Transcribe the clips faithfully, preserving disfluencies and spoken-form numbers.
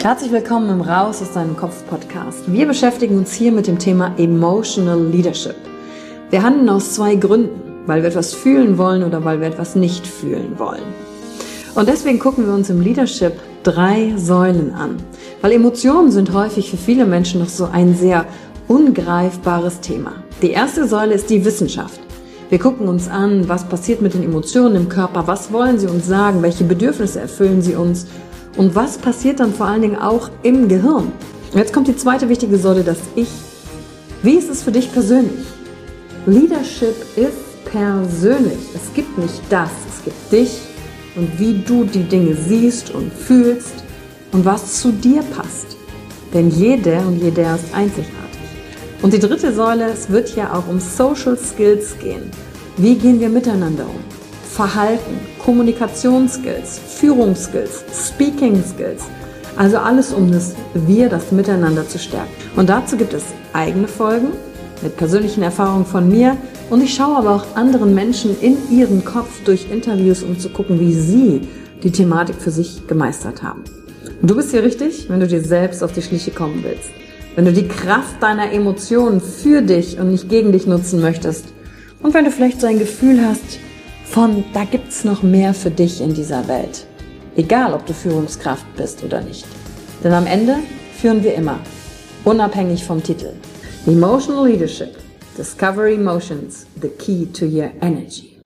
Herzlich willkommen im Raus aus deinem Kopf Podcast. Wir beschäftigen uns hier mit dem Thema Emotional Leadership. Wir handeln aus zwei Gründen, weil wir etwas fühlen wollen oder weil wir etwas nicht fühlen wollen. Und deswegen gucken wir uns im Leadership drei Säulen an, weil Emotionen sind häufig für viele Menschen noch so ein sehr ungreifbares Thema. Die erste Säule ist die Wissenschaft. Wir gucken uns an, was passiert mit den Emotionen im Körper, was wollen sie uns sagen, welche Bedürfnisse erfüllen sie uns und was passiert dann vor allen Dingen auch im Gehirn. Und jetzt kommt die zweite wichtige Säule, das Ich. Wie ist es für dich persönlich? Leadership ist persönlich. Es gibt nicht das, es gibt dich und wie du die Dinge siehst und fühlst und was zu dir passt. Denn jede und jeder ist einzigartig. Und die dritte Säule, es wird ja auch um Social Skills gehen. Wie gehen wir miteinander um? Verhalten, Kommunikationsskills, Führungsskills, Speaking Skills. Also alles um das Wir, das Miteinander zu stärken. Und dazu gibt es eigene Folgen mit persönlichen Erfahrungen von mir. Und ich schaue aber auch anderen Menschen in ihren Kopf durch Interviews, um zu gucken, wie sie die Thematik für sich gemeistert haben. Und du bist hier richtig, wenn du dir selbst auf die Schliche kommen willst. Wenn du die Kraft deiner Emotionen für dich und nicht gegen dich nutzen möchtest. Und wenn du vielleicht so ein Gefühl hast von, da gibt's noch mehr für dich in dieser Welt. Egal, ob du Führungskraft bist oder nicht. Denn am Ende führen wir immer, unabhängig vom Titel. Emotional Leadership. Discover Emotions, the key to your energy.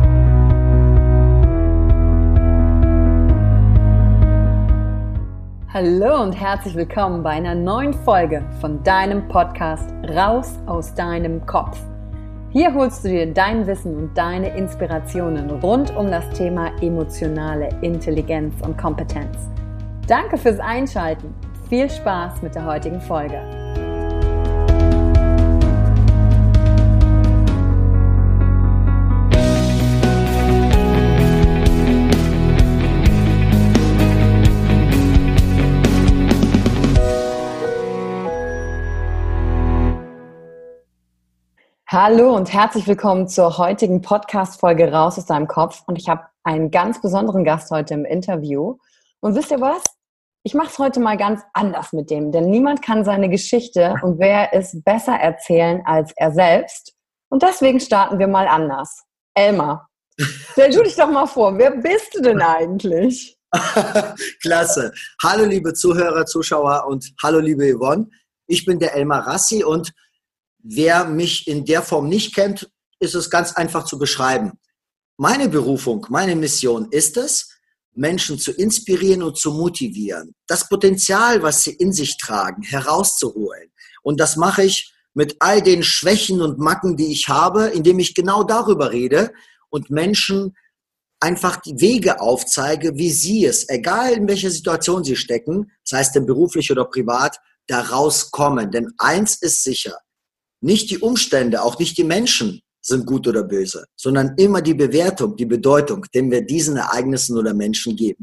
Hallo und herzlich willkommen bei einer neuen Folge von deinem Podcast Raus aus deinem Kopf. Hier holst du dir dein Wissen und deine Inspirationen rund um das Thema emotionale Intelligenz und Kompetenz. Danke fürs Einschalten. Viel Spaß mit der heutigen Folge. Hallo und herzlich willkommen zur heutigen Podcast-Folge Raus aus deinem Kopf. Und ich habe einen ganz besonderen Gast heute im Interview. Und wisst ihr was? Ich mache es heute mal ganz anders mit dem, denn niemand kann seine Geschichte und wer es besser erzählen als er selbst. Und deswegen starten wir mal anders. Elmar, stell du dich doch mal vor, wer bist du denn eigentlich? Klasse. Hallo liebe Zuhörer, Zuschauer und hallo liebe Yvonne. Ich bin der Elmar Rassi und wer mich in der Form nicht kennt, ist es ganz einfach zu beschreiben. Meine Berufung, meine Mission ist es, Menschen zu inspirieren und zu motivieren, das Potenzial, was sie in sich tragen, herauszuholen. Und das mache ich mit all den Schwächen und Macken, die ich habe, indem ich genau darüber rede und Menschen einfach die Wege aufzeige, wie sie es, egal in welcher Situation sie stecken, sei es denn beruflich oder privat, da rauskommen. Denn eins ist sicher: Nicht die Umstände, auch nicht die Menschen sind gut oder böse, sondern immer die Bewertung, die Bedeutung, den wir diesen Ereignissen oder Menschen geben.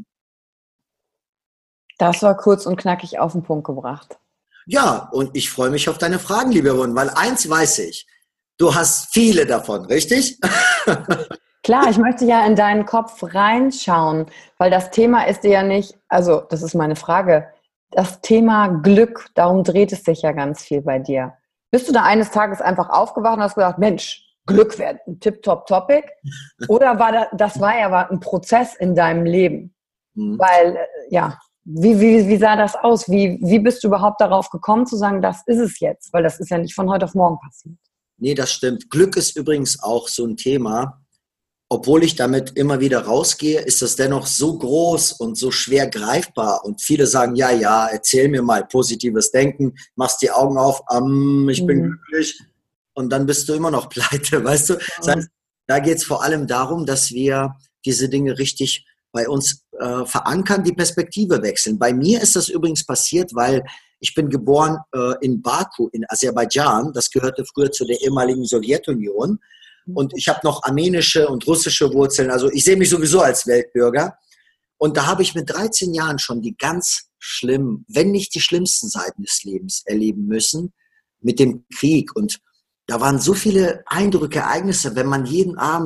Das war kurz und knackig auf den Punkt gebracht. Ja, und ich freue mich auf deine Fragen, liebe Yvonne, weil eins weiß ich, du hast viele davon, richtig? Klar, ich möchte ja in deinen Kopf reinschauen, weil das Thema ist dir ja nicht, also das ist meine Frage, das Thema Glück, darum dreht es sich ja ganz viel bei dir. Bist du da eines Tages einfach aufgewacht und hast gesagt, Mensch, Glück wäre ein Tip-Top-Topic? Oder war das, das war ja ein Prozess in deinem Leben? Mhm. Weil, ja, wie, wie, wie sah das aus? Wie, wie bist du überhaupt darauf gekommen zu sagen, das ist es jetzt? Weil das ist ja nicht von heute auf morgen passiert. Nee, das stimmt. Glück ist übrigens auch so ein Thema. Obwohl ich damit immer wieder rausgehe, ist das dennoch so groß und so schwer greifbar. Und viele sagen, ja, ja, erzähl mir mal positives Denken, machst die Augen auf, ähm, ich mhm. bin glücklich und dann bist du immer noch pleite, weißt du? Ja. Das heißt, da geht es vor allem darum, dass wir diese Dinge richtig bei uns äh, verankern, die Perspektive wechseln. Bei mir ist das übrigens passiert, weil ich bin geboren äh, in Baku, in Aserbaidschan. Das gehörte früher zu der ehemaligen Sowjetunion. Und ich habe noch armenische und russische Wurzeln. Also ich sehe mich sowieso als Weltbürger. Und da habe ich mit dreizehn Jahren schon die ganz schlimmen, wenn nicht die schlimmsten Seiten des Lebens erleben müssen mit dem Krieg. Und da waren so viele Eindrücke, Ereignisse, wenn man jeden Abend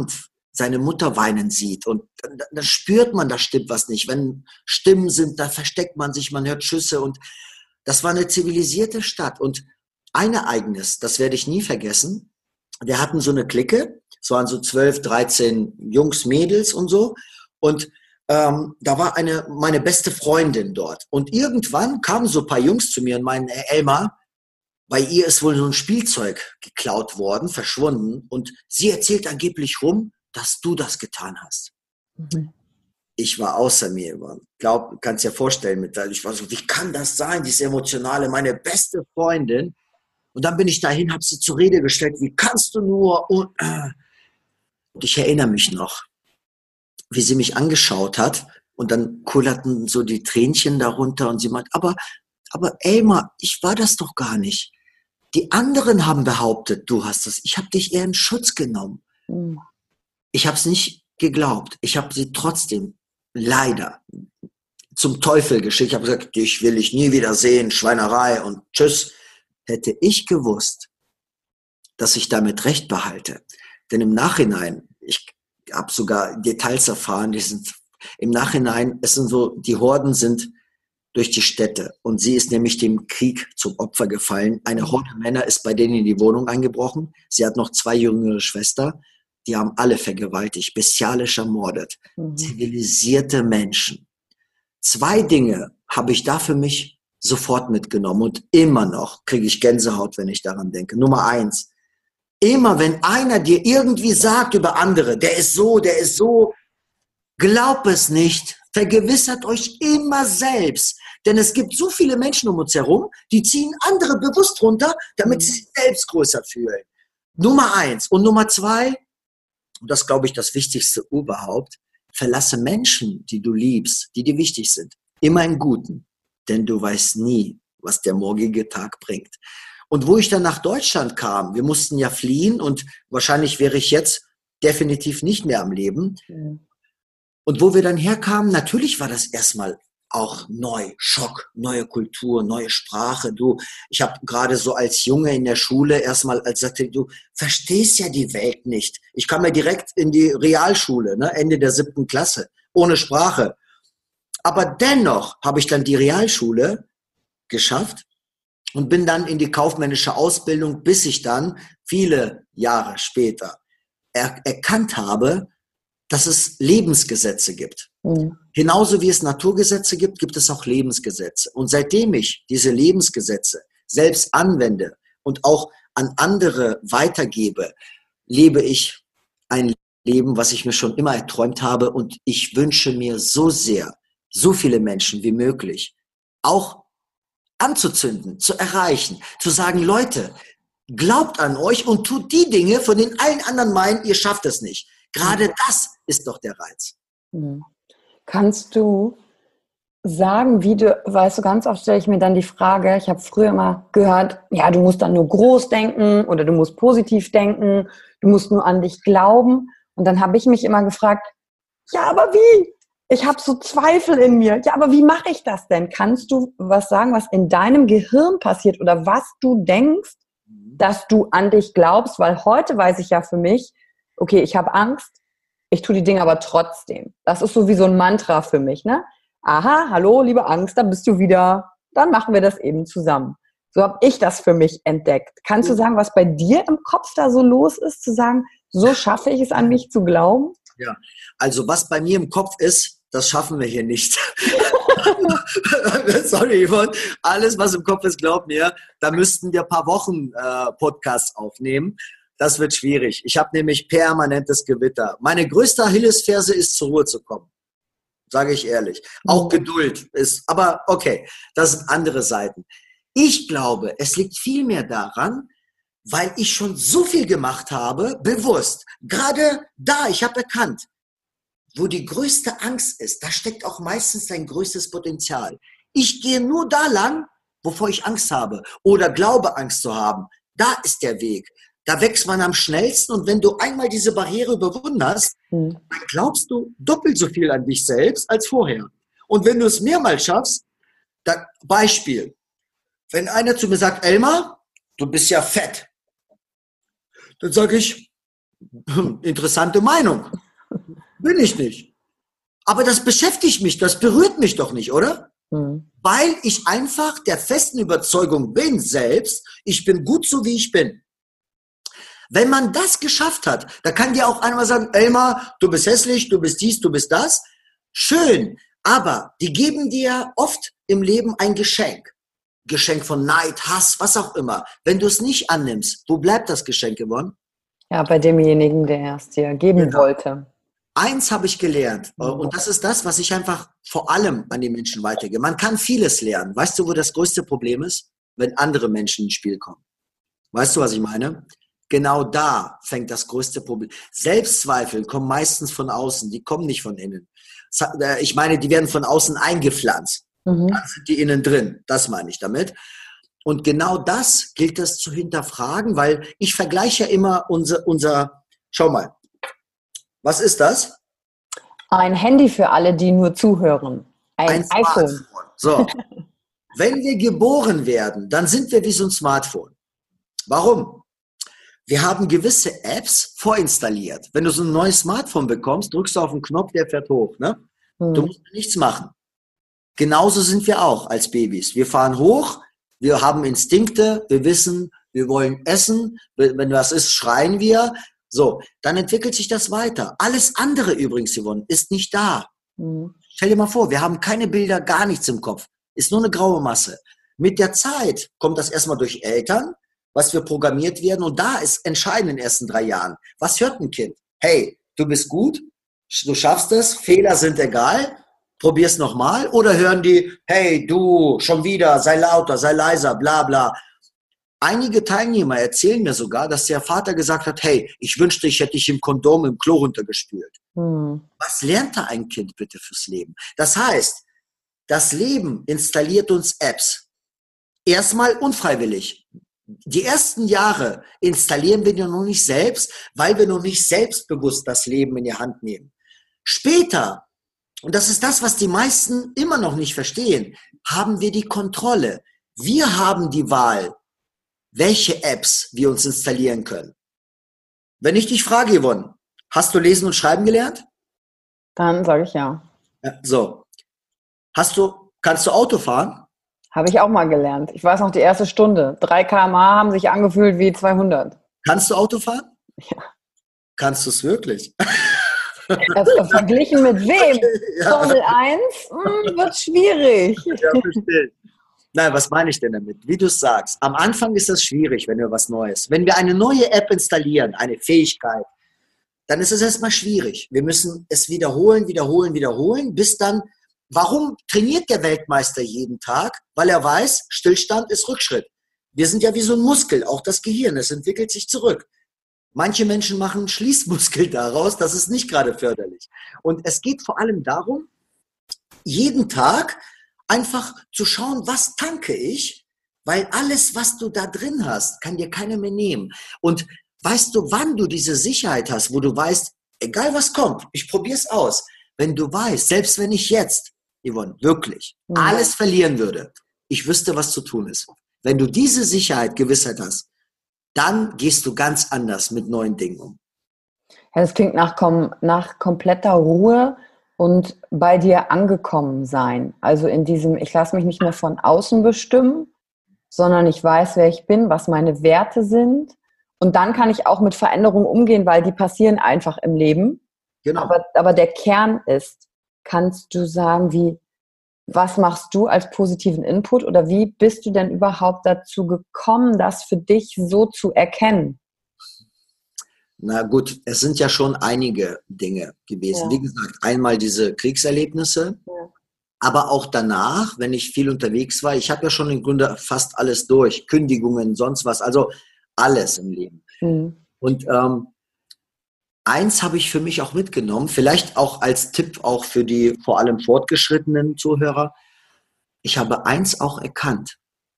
seine Mutter weinen sieht. Und dann, dann spürt man, da stimmt was nicht. Wenn Stimmen sind, da versteckt man sich, man hört Schüsse. Und das war eine zivilisierte Stadt. Und ein Ereignis, das werde ich nie vergessen, wir hatten so eine Clique, es waren so zwölf, dreizehn Jungs, Mädels und so. Und ähm, da war eine meine beste Freundin dort. Und irgendwann kamen so ein paar Jungs zu mir und meinen, hey, Elmar, bei ihr ist wohl so ein Spielzeug geklaut worden, verschwunden. Und sie erzählt angeblich rum, dass du das getan hast. Mhm. Ich war außer mir. Glaub, kannst dir vorstellen, mit, ich war so, wie kann das sein, diese emotionale, meine beste Freundin. Und dann bin ich dahin, habe sie zur Rede gestellt, wie kannst du nur? Und, äh, und ich erinnere mich noch, wie sie mich angeschaut hat und dann kullerten so die Tränchen darunter und sie meint, aber, aber Elmar, ich war das doch gar nicht. Die anderen haben behauptet, du hast es. Ich habe dich eher in Schutz genommen. Mhm. Ich habe es nicht geglaubt. Ich habe sie trotzdem leider zum Teufel geschickt. Ich habe gesagt, dich will ich nie wieder sehen, Schweinerei und tschüss. Hätte ich gewusst, dass ich damit Recht behalte. Denn im Nachhinein, ich habe sogar Details erfahren, die sind im Nachhinein, es sind so, die Horden sind durch die Städte. Und sie ist nämlich dem Krieg zum Opfer gefallen. Eine Horde Männer ist bei denen in die Wohnung eingebrochen. Sie hat noch zwei jüngere Schwestern. Die haben alle vergewaltigt, bestialisch ermordet. Mhm. Zivilisierte Menschen. Zwei Dinge habe ich da für mich sofort mitgenommen. Und immer noch kriege ich Gänsehaut, wenn ich daran denke. Nummer eins. Immer wenn einer dir irgendwie sagt über andere, der ist so, der ist so, glaub es nicht. Vergewissert euch immer selbst. Denn es gibt so viele Menschen um uns herum, die ziehen andere bewusst runter, damit sie sich selbst größer fühlen. Nummer eins. Und Nummer zwei, und das glaube ich das Wichtigste überhaupt, verlasse Menschen, die du liebst, die dir wichtig sind. Immer im Guten. Denn du weißt nie, was der morgige Tag bringt. Und wo ich dann nach Deutschland kam, wir mussten ja fliehen und wahrscheinlich wäre ich jetzt definitiv nicht mehr am Leben. Mhm. Und wo wir dann herkamen, natürlich war das erstmal auch neu, Schock, neue Kultur, neue Sprache. Du, ich habe gerade so als Junge in der Schule erstmal als sagte, du verstehst ja die Welt nicht. Ich kam ja direkt in die Realschule, ne, Ende der siebten Klasse, ohne Sprache. Aber dennoch habe ich dann die Realschule geschafft und bin dann in die kaufmännische Ausbildung, bis ich dann viele Jahre später er- erkannt habe, dass es Lebensgesetze gibt. Mhm. Genauso wie es Naturgesetze gibt, gibt es auch Lebensgesetze. Und seitdem ich diese Lebensgesetze selbst anwende und auch an andere weitergebe, lebe ich ein Leben, was ich mir schon immer erträumt habe. Und ich wünsche mir so sehr, so viele Menschen wie möglich auch anzuzünden, zu erreichen, zu sagen, Leute, glaubt an euch und tut die Dinge, von denen allen anderen meinen, ihr schafft es nicht. Gerade das ist doch der Reiz. Kannst du sagen, wie du, weißt du, ganz oft stelle ich mir dann die Frage, ich habe früher immer gehört, ja, du musst dann nur groß denken oder du musst positiv denken, du musst nur an dich glauben. Und dann habe ich mich immer gefragt, ja, aber wie? Ich habe so Zweifel in mir. Ja, aber wie mache ich das denn? Kannst du was sagen, was in deinem Gehirn passiert oder was du denkst, dass du an dich glaubst? Weil heute weiß ich ja für mich, okay, ich habe Angst, ich tue die Dinge aber trotzdem. Das ist so wie so ein Mantra für mich, ne? Aha, hallo, liebe Angst, da bist du wieder. Dann machen wir das eben zusammen. So habe ich das für mich entdeckt. Kannst du sagen, was bei dir im Kopf da so los ist, zu sagen, so schaffe ich es, an mich zu glauben? Ja, also was bei mir im Kopf ist, das schaffen wir hier nicht. Sorry, Yvonne. Alles, was im Kopf ist, glaub mir, da müssten wir ein paar Wochen äh, Podcasts aufnehmen. Das wird schwierig. Ich habe nämlich permanentes Gewitter. Meine größte Achillesferse ist, zur Ruhe zu kommen. Sage ich ehrlich. Auch mhm. Geduld ist, aber okay, das sind andere Seiten. Ich glaube, es liegt viel mehr daran, weil ich schon so viel gemacht habe, bewusst. Gerade da, ich habe erkannt, wo die größte Angst ist, da steckt auch meistens dein größtes Potenzial. Ich gehe nur da lang, wovor ich Angst habe oder glaube, Angst zu haben. Da ist der Weg. Da wächst man am schnellsten und wenn du einmal diese Barriere überwunden hast, mhm. dann glaubst du doppelt so viel an dich selbst als vorher. Und wenn du es mehrmals schaffst, dann Beispiel, wenn einer zu mir sagt, Elmar, du bist ja fett, dann sage ich, hm, interessante Meinung. Bin ich nicht. Aber das beschäftigt mich, das berührt mich doch nicht, oder? Mhm. Weil ich einfach der festen Überzeugung bin selbst, ich bin gut so, wie ich bin. Wenn man das geschafft hat, da kann dir auch einmal sagen, Elmar, du bist hässlich, du bist dies, du bist das. Schön, aber die geben dir oft im Leben ein Geschenk. Geschenk von Neid, Hass, was auch immer. Wenn du es nicht annimmst, wo bleibt das Geschenk, Yvonne? Ja, bei demjenigen, der es dir geben genau. wollte. Eins habe ich gelernt und das ist das, was ich einfach vor allem an die Menschen weitergebe. Man kann vieles lernen. Weißt du, wo das größte Problem ist? Wenn andere Menschen ins Spiel kommen. Weißt du, was ich meine? Genau da fängt das größte Problem. Selbstzweifel kommen meistens von außen, die kommen nicht von innen. Ich meine, die werden von außen eingepflanzt. Mhm. Dann sind die innen drin, das meine ich damit. Und genau das gilt es zu hinterfragen, weil ich vergleiche ja immer unser, unser, schau mal, was ist das? Ein Handy für alle, die nur zuhören. Ein, ein iPhone. Smartphone. So, wenn wir geboren werden, dann sind wir wie so ein Smartphone. Warum? Wir haben gewisse Apps vorinstalliert. Wenn du so ein neues Smartphone bekommst, drückst du auf den Knopf, der fährt hoch. Ne? Hm. Du musst nichts machen. Genauso sind wir auch als Babys. Wir fahren hoch, wir haben Instinkte, wir wissen, wir wollen essen. Wenn was ist, schreien wir. So, dann entwickelt sich das weiter. Alles andere übrigens, Yvonne, ist nicht da. Hm. Stell dir mal vor, wir haben keine Bilder, gar nichts im Kopf. Ist nur eine graue Masse. Mit der Zeit kommt das erstmal durch Eltern, was wir programmiert werden. Und da ist entscheidend in den ersten drei Jahren. Was hört ein Kind? Hey, du bist gut, du schaffst es, Fehler sind egal, probier's nochmal. Oder hören die, hey, du, schon wieder, sei lauter, sei leiser, bla bla. Einige Teilnehmer erzählen mir sogar, dass der Vater gesagt hat, hey, ich wünschte, ich hätte dich im Kondom im Klo runtergespült. Hm. Was lernt da ein Kind bitte fürs Leben? Das heißt, das Leben installiert uns Apps. Erstmal unfreiwillig. Die ersten Jahre installieren wir die noch nicht selbst, weil wir noch nicht selbstbewusst das Leben in die Hand nehmen. Später, und das ist das, was die meisten immer noch nicht verstehen, haben wir die Kontrolle. Wir haben die Wahl, welche Apps wir uns installieren können. Wenn ich dich frage, Yvonne, hast du Lesen und Schreiben gelernt? Dann sage ich ja. Ja. So. Hast du, kannst du Auto fahren? Habe ich auch mal gelernt. Ich weiß noch, die erste Stunde. drei Kilometer pro Stunde haben sich angefühlt wie zweihundert. Kannst du Auto fahren? Ja. Kannst du es wirklich? Also, verglichen mit wem? Okay, ja. Formel eins mh, wird schwierig. Ja, verstehe. Nein, was meine ich denn damit? Wie du es sagst, am Anfang ist das schwierig, wenn wir was Neues. Wenn wir eine neue App installieren, eine Fähigkeit, dann ist es erstmal schwierig. Wir müssen es wiederholen, wiederholen, wiederholen, bis dann. Warum trainiert der Weltmeister jeden Tag? Weil er weiß, Stillstand ist Rückschritt. Wir sind ja wie so ein Muskel, auch das Gehirn, es entwickelt sich zurück. Manche Menschen machen Schließmuskel daraus, das ist nicht gerade förderlich. Und es geht vor allem darum, jeden Tag einfach zu schauen, was tanke ich, weil alles, was du da drin hast, kann dir keiner mehr nehmen. Und weißt du, wann du diese Sicherheit hast, wo du weißt, egal was kommt, ich probiere es aus. Wenn du weißt, selbst wenn ich jetzt, Yvonne, wirklich mhm. alles verlieren würde, ich wüsste, was zu tun ist. Wenn du diese Sicherheit, Gewissheit hast, dann gehst du ganz anders mit neuen Dingen um. Ja, das klingt nach, kom- nach kompletter Ruhe und bei dir angekommen sein. Also in diesem, ich lasse mich nicht mehr von außen bestimmen, sondern ich weiß, wer ich bin, was meine Werte sind. Und dann kann ich auch mit Veränderungen umgehen, weil die passieren einfach im Leben. Genau. Aber, aber der Kern ist, kannst du sagen, wie, was machst du als positiven Input oder wie bist du denn überhaupt dazu gekommen, das für dich so zu erkennen? Na gut, es sind ja schon einige Dinge gewesen. Ja. Wie gesagt, einmal diese Kriegserlebnisse, ja. aber auch danach, wenn ich viel unterwegs war, ich habe ja schon im Grunde fast alles durch, Kündigungen, sonst was, also alles im Leben. Mhm. Und ähm, eins habe ich für mich auch mitgenommen, vielleicht auch als Tipp auch für die vor allem fortgeschrittenen Zuhörer. Ich habe eins auch erkannt.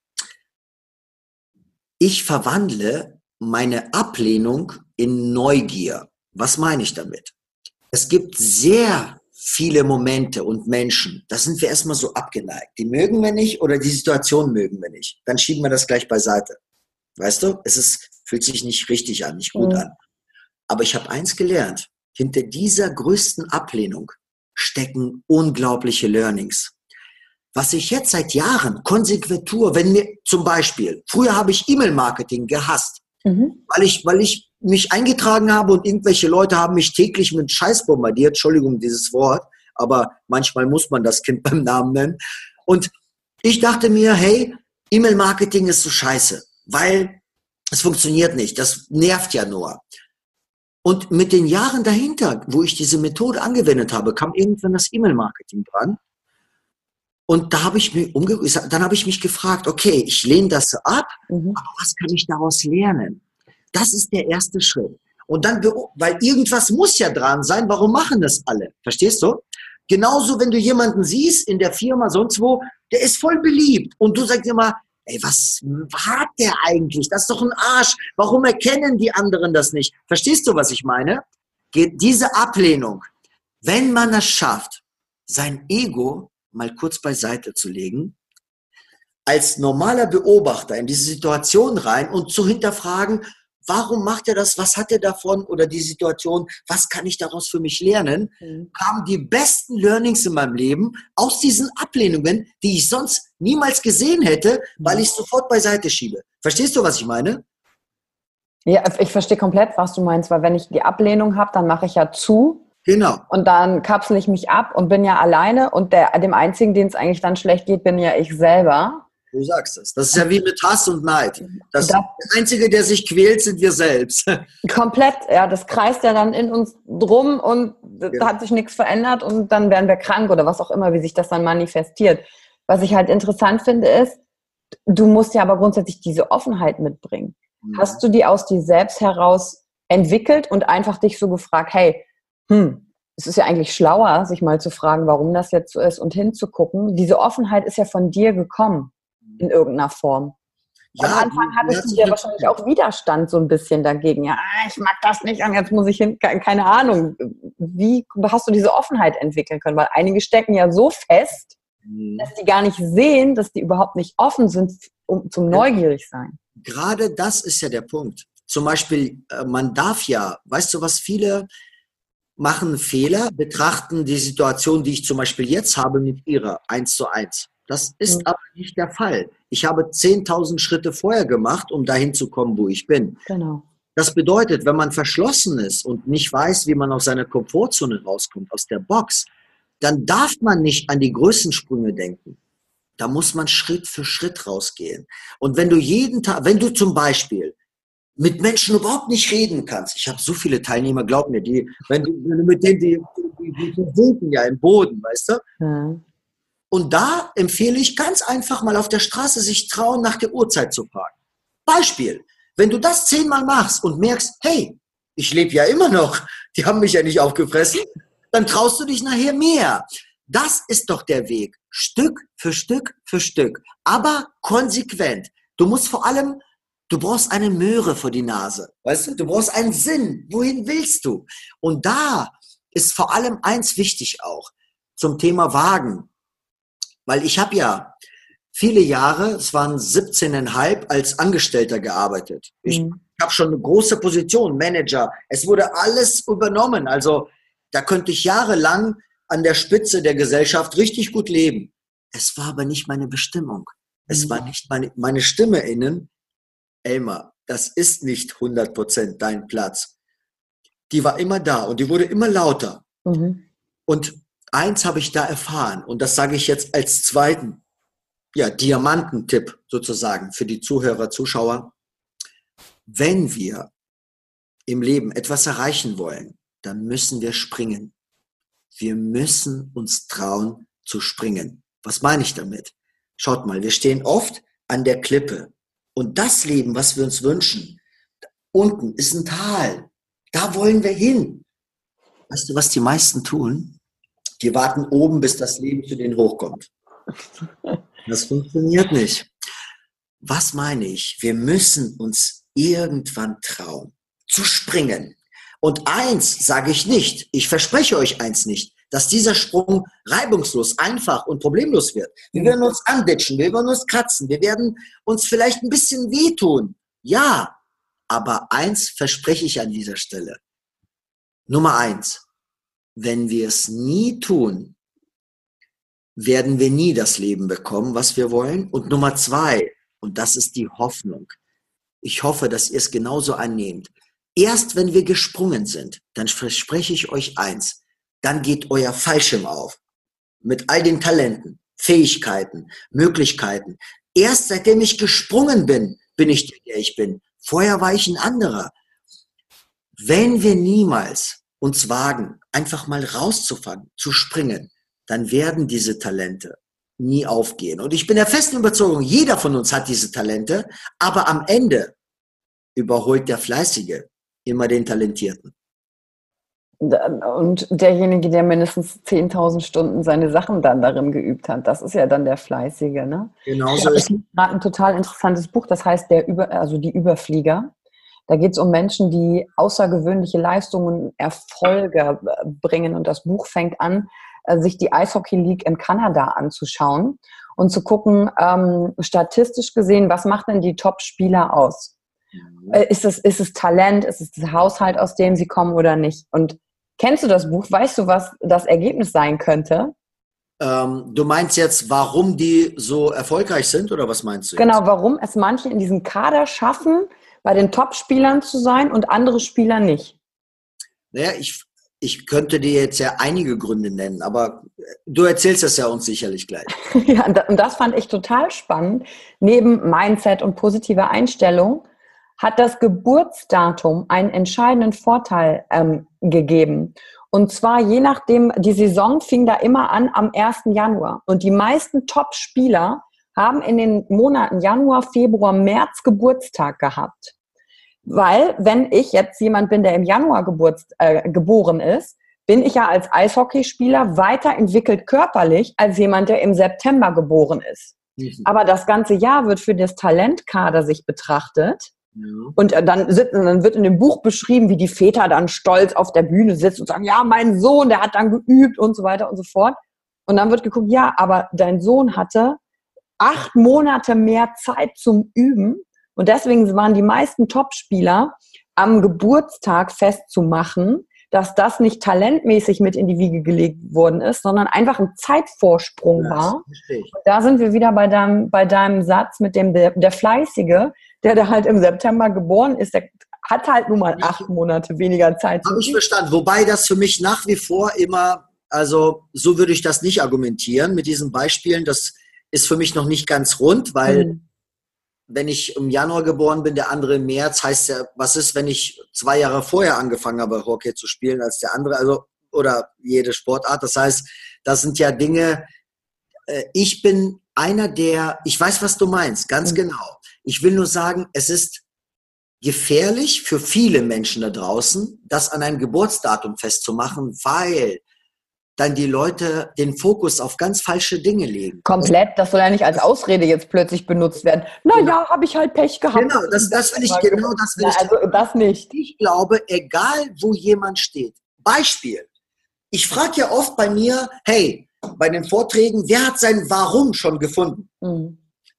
Ich verwandle meine Ablehnung in Neugier. Was meine ich damit? Es gibt sehr viele Momente und Menschen, da sind wir erstmal so abgeneigt. Die mögen wir nicht oder die Situation mögen wir nicht. Dann schieben wir das gleich beiseite. Weißt du? Es ist, fühlt sich nicht richtig an, nicht gut mhm. an. Aber ich habe eins gelernt. hinter dieser größten Ablehnung stecken unglaubliche Learnings. Was ich jetzt seit Jahren konsequent tue, wenn mir zum Beispiel, früher habe ich E-Mail-Marketing gehasst, mhm. weil ich, weil ich mich eingetragen habe und irgendwelche Leute haben mich täglich mit Scheiß bombardiert, Entschuldigung dieses Wort, aber manchmal muss man das Kind beim Namen nennen. Und ich dachte mir, hey, E-Mail-Marketing ist so scheiße, weil es funktioniert nicht, das nervt ja nur. Und mit den Jahren dahinter, wo ich diese Methode angewendet habe, kam irgendwann das E-Mail-Marketing dran. Und da habe ich mich umge- dann habe ich mich gefragt, okay, ich lehne das so ab, mhm. aber was kann ich daraus lernen? Das ist der erste Schritt. Und dann, weil irgendwas muss ja dran sein, warum machen das alle? Verstehst du? Genauso, wenn du jemanden siehst in der Firma, sonst wo, der ist voll beliebt. Und du sagst immer, ey, was hat der eigentlich? Das ist doch ein Arsch. Warum erkennen die anderen das nicht? Verstehst du, was ich meine? Diese Ablehnung, wenn man es schafft, sein Ego mal kurz beiseite zu legen, als normaler Beobachter in diese Situation rein und zu hinterfragen, warum macht er das? Was hat er davon? Oder die Situation, was kann ich daraus für mich lernen? Mhm. Kamen die besten Learnings in meinem Leben aus diesen Ablehnungen, die ich sonst niemals gesehen hätte, weil ich es sofort beiseite schiebe. Verstehst du, was ich meine? Ja, ich verstehe komplett, was du meinst, weil wenn ich die Ablehnung habe, dann mache ich ja zu. Genau. Und dann kapsel ich mich ab und bin ja alleine und der, dem Einzigen, dem es eigentlich dann schlecht geht, bin ja ich selber. Du sagst es. Das ist ja wie mit Hass und Neid. Das, das, der Einzige, der sich quält, sind wir selbst. Komplett, ja. Das kreist ja dann in uns drum und ja. Da hat sich nichts verändert und dann werden wir krank oder was auch immer, wie sich das dann manifestiert. Was ich halt interessant finde ist, du musst ja aber grundsätzlich diese Offenheit mitbringen. Mhm. Hast du die aus dir selbst heraus entwickelt und einfach dich so gefragt, hey, hm, es ist ja eigentlich schlauer, sich mal zu fragen, warum das jetzt so ist und hinzugucken. Diese Offenheit ist ja von dir gekommen. In irgendeiner Form. Ja, am Anfang hattest du ja wahrscheinlich auch Widerstand so ein bisschen dagegen. Ja, ich mag das nicht und jetzt muss ich hin, keine Ahnung. Wie hast du diese Offenheit entwickeln können? Weil einige stecken ja so fest, mhm. dass die gar nicht sehen, dass die überhaupt nicht offen sind um, zum neugierig sein. Gerade das ist ja der Punkt. Zum Beispiel, man darf ja, weißt du was, viele machen Fehler, betrachten die Situation, die ich zum Beispiel jetzt habe, mit ihrer eins zu eins. Das ist mhm. aber nicht der Fall. Ich habe zehntausend Schritte vorher gemacht, um dahin zu kommen, wo ich bin. Genau. Das bedeutet, wenn man verschlossen ist und nicht weiß, wie man aus seiner Komfortzone rauskommt, aus der Box, dann darf man nicht an die Größensprünge denken. Da muss man Schritt für Schritt rausgehen. Und wenn du jeden Tag, wenn du zum Beispiel mit Menschen überhaupt nicht reden kannst, ich habe so viele Teilnehmer, glaub mir, die, wenn du, wenn du mit denen, die, die, die, die sinken ja im Boden, weißt du? Ja. Und da empfehle ich ganz einfach mal auf der Straße sich trauen, nach der Uhrzeit zu fragen. Beispiel, wenn du das zehnmal machst und merkst, hey, ich lebe ja immer noch, die haben mich ja nicht aufgefressen, dann traust du dich nachher mehr. Das ist doch der Weg, Stück für Stück für Stück, aber konsequent. Du musst vor allem, du brauchst eine Möhre vor die Nase, weißt du, du brauchst einen Sinn, wohin willst du? Und da ist vor allem eins wichtig auch, zum Thema Wagen. Weil ich habe ja viele Jahre, es waren siebzehneinhalb, als Angestellter gearbeitet. Ich mhm. habe schon eine große Position, Manager. Es wurde alles übernommen. Also da könnte ich jahrelang an der Spitze der Gesellschaft richtig gut leben. Es war aber nicht meine Bestimmung. Es mhm. war nicht meine, meine Stimme innen. Elmar, das ist nicht hundert Prozent dein Platz. Die war immer da und die wurde immer lauter. Mhm. Und eins habe ich da erfahren und das sage ich jetzt als zweiten, ja, Diamantentipp sozusagen für die Zuhörer, Zuschauer. Wenn wir im Leben etwas erreichen wollen, dann müssen wir springen. Wir müssen uns trauen zu springen. Was meine ich damit? Schaut mal, wir stehen oft an der Klippe und das Leben, was wir uns wünschen, unten ist ein Tal. Da wollen wir hin. Weißt du, was die meisten tun? Die warten oben, bis das Leben zu denen hochkommt. Das funktioniert nicht. Was meine ich? Wir müssen uns irgendwann trauen, zu springen. Und eins sage ich nicht, ich verspreche euch eins nicht, dass dieser Sprung reibungslos, einfach und problemlos wird. Wir werden uns anditschen, wir werden uns kratzen, wir werden uns vielleicht ein bisschen wehtun. Ja, aber eins verspreche ich an dieser Stelle. Nummer eins, wenn wir es nie tun, werden wir nie das Leben bekommen, was wir wollen. Und Nummer zwei, und das ist die Hoffnung. Ich hoffe, dass ihr es genauso annehmt. Erst wenn wir gesprungen sind, dann verspreche ich euch eins, dann geht euer Fallschirm auf. Mit all den Talenten, Fähigkeiten, Möglichkeiten. Erst seitdem ich gesprungen bin, bin ich der, der ich bin. Vorher war ich ein anderer. Wenn wir niemals uns wagen, einfach mal rauszufangen, zu springen, dann werden diese Talente nie aufgehen. Und ich bin der festen Überzeugung, jeder von uns hat diese Talente, aber am Ende überholt der Fleißige immer den Talentierten. Und derjenige, der mindestens zehntausend Stunden seine Sachen dann darin geübt hat, das ist ja dann der Fleißige, ne? Genau so ist es. Gerade ein total interessantes Buch, das heißt der Über, also die Überflieger. Da geht es um Menschen, die außergewöhnliche Leistungen, Erfolge bringen. Und das Buch fängt an, sich die Eishockey League in Kanada anzuschauen und zu gucken, ähm, statistisch gesehen, was macht denn die Top-Spieler aus? Mhm. Ist es, ist es Talent, ist es der Haushalt, aus dem sie kommen oder nicht? Und kennst du das Buch? Weißt du, was das Ergebnis sein könnte? Ähm, du meinst jetzt, warum die so erfolgreich sind, oder was meinst du jetzt? Genau, warum es manche in diesem Kader schaffen, bei den Top-Spielern zu sein und andere Spieler nicht. Naja, ich, ich könnte dir jetzt ja einige Gründe nennen, aber du erzählst das ja uns sicherlich gleich. Ja, und das fand ich total spannend. Neben Mindset und positiver Einstellung hat das Geburtsdatum einen entscheidenden Vorteil ähm, gegeben. Und zwar je nachdem, die Saison fing da immer an am ersten Januar. Und die meisten Top-Spieler haben in den Monaten Januar, Februar, März Geburtstag gehabt. Weil, wenn ich jetzt jemand bin, der im Januar Geburts, äh, geboren ist, bin ich ja als Eishockeyspieler weiterentwickelt körperlich als jemand, der im September geboren ist. Mhm. Aber das ganze Jahr wird für das Talentkader sich betrachtet. Ja. Und dann, sitzen, dann wird in dem Buch beschrieben, wie die Väter dann stolz auf der Bühne sitzen und sagen, ja, mein Sohn, der hat dann geübt und so weiter und so fort. Und dann wird geguckt, ja, aber dein Sohn hatte acht Monate mehr Zeit zum Üben. Und deswegen waren die meisten Topspieler am Geburtstag festzumachen, dass das nicht talentmäßig mit in die Wiege gelegt worden ist, sondern einfach ein Zeitvorsprung war. Da sind wir wieder bei deinem, bei deinem Satz mit dem der, der Fleißige, der da halt im September geboren ist, der hat halt nun mal acht Monate weniger Zeit. Habe ich verstanden. Wobei das für mich nach wie vor immer, also so würde ich das nicht argumentieren mit diesen Beispielen. Das ist für mich noch nicht ganz rund, weil mhm. wenn ich im Januar geboren bin, der andere im März, heißt ja, was ist, wenn ich zwei Jahre vorher angefangen habe, Hockey zu spielen als der andere, also oder jede Sportart. Das heißt, das sind ja Dinge, äh, ich bin einer der, ich weiß, was du meinst, ganz mhm. genau. Ich will nur sagen, es ist gefährlich für viele Menschen da draußen, das an einem Geburtsdatum festzumachen, weil dann die Leute den Fokus auf ganz falsche Dinge legen. Komplett, das soll ja nicht als Ausrede jetzt plötzlich benutzt werden. Na genau. Ja, habe ich halt Pech gehabt. Genau, das, das will ich, genau das will Na, ich. Also das nicht. Ich glaube, egal wo jemand steht. Beispiel. Ich frage ja oft bei mir, hey, bei den Vorträgen, wer hat sein Warum schon gefunden? Mhm.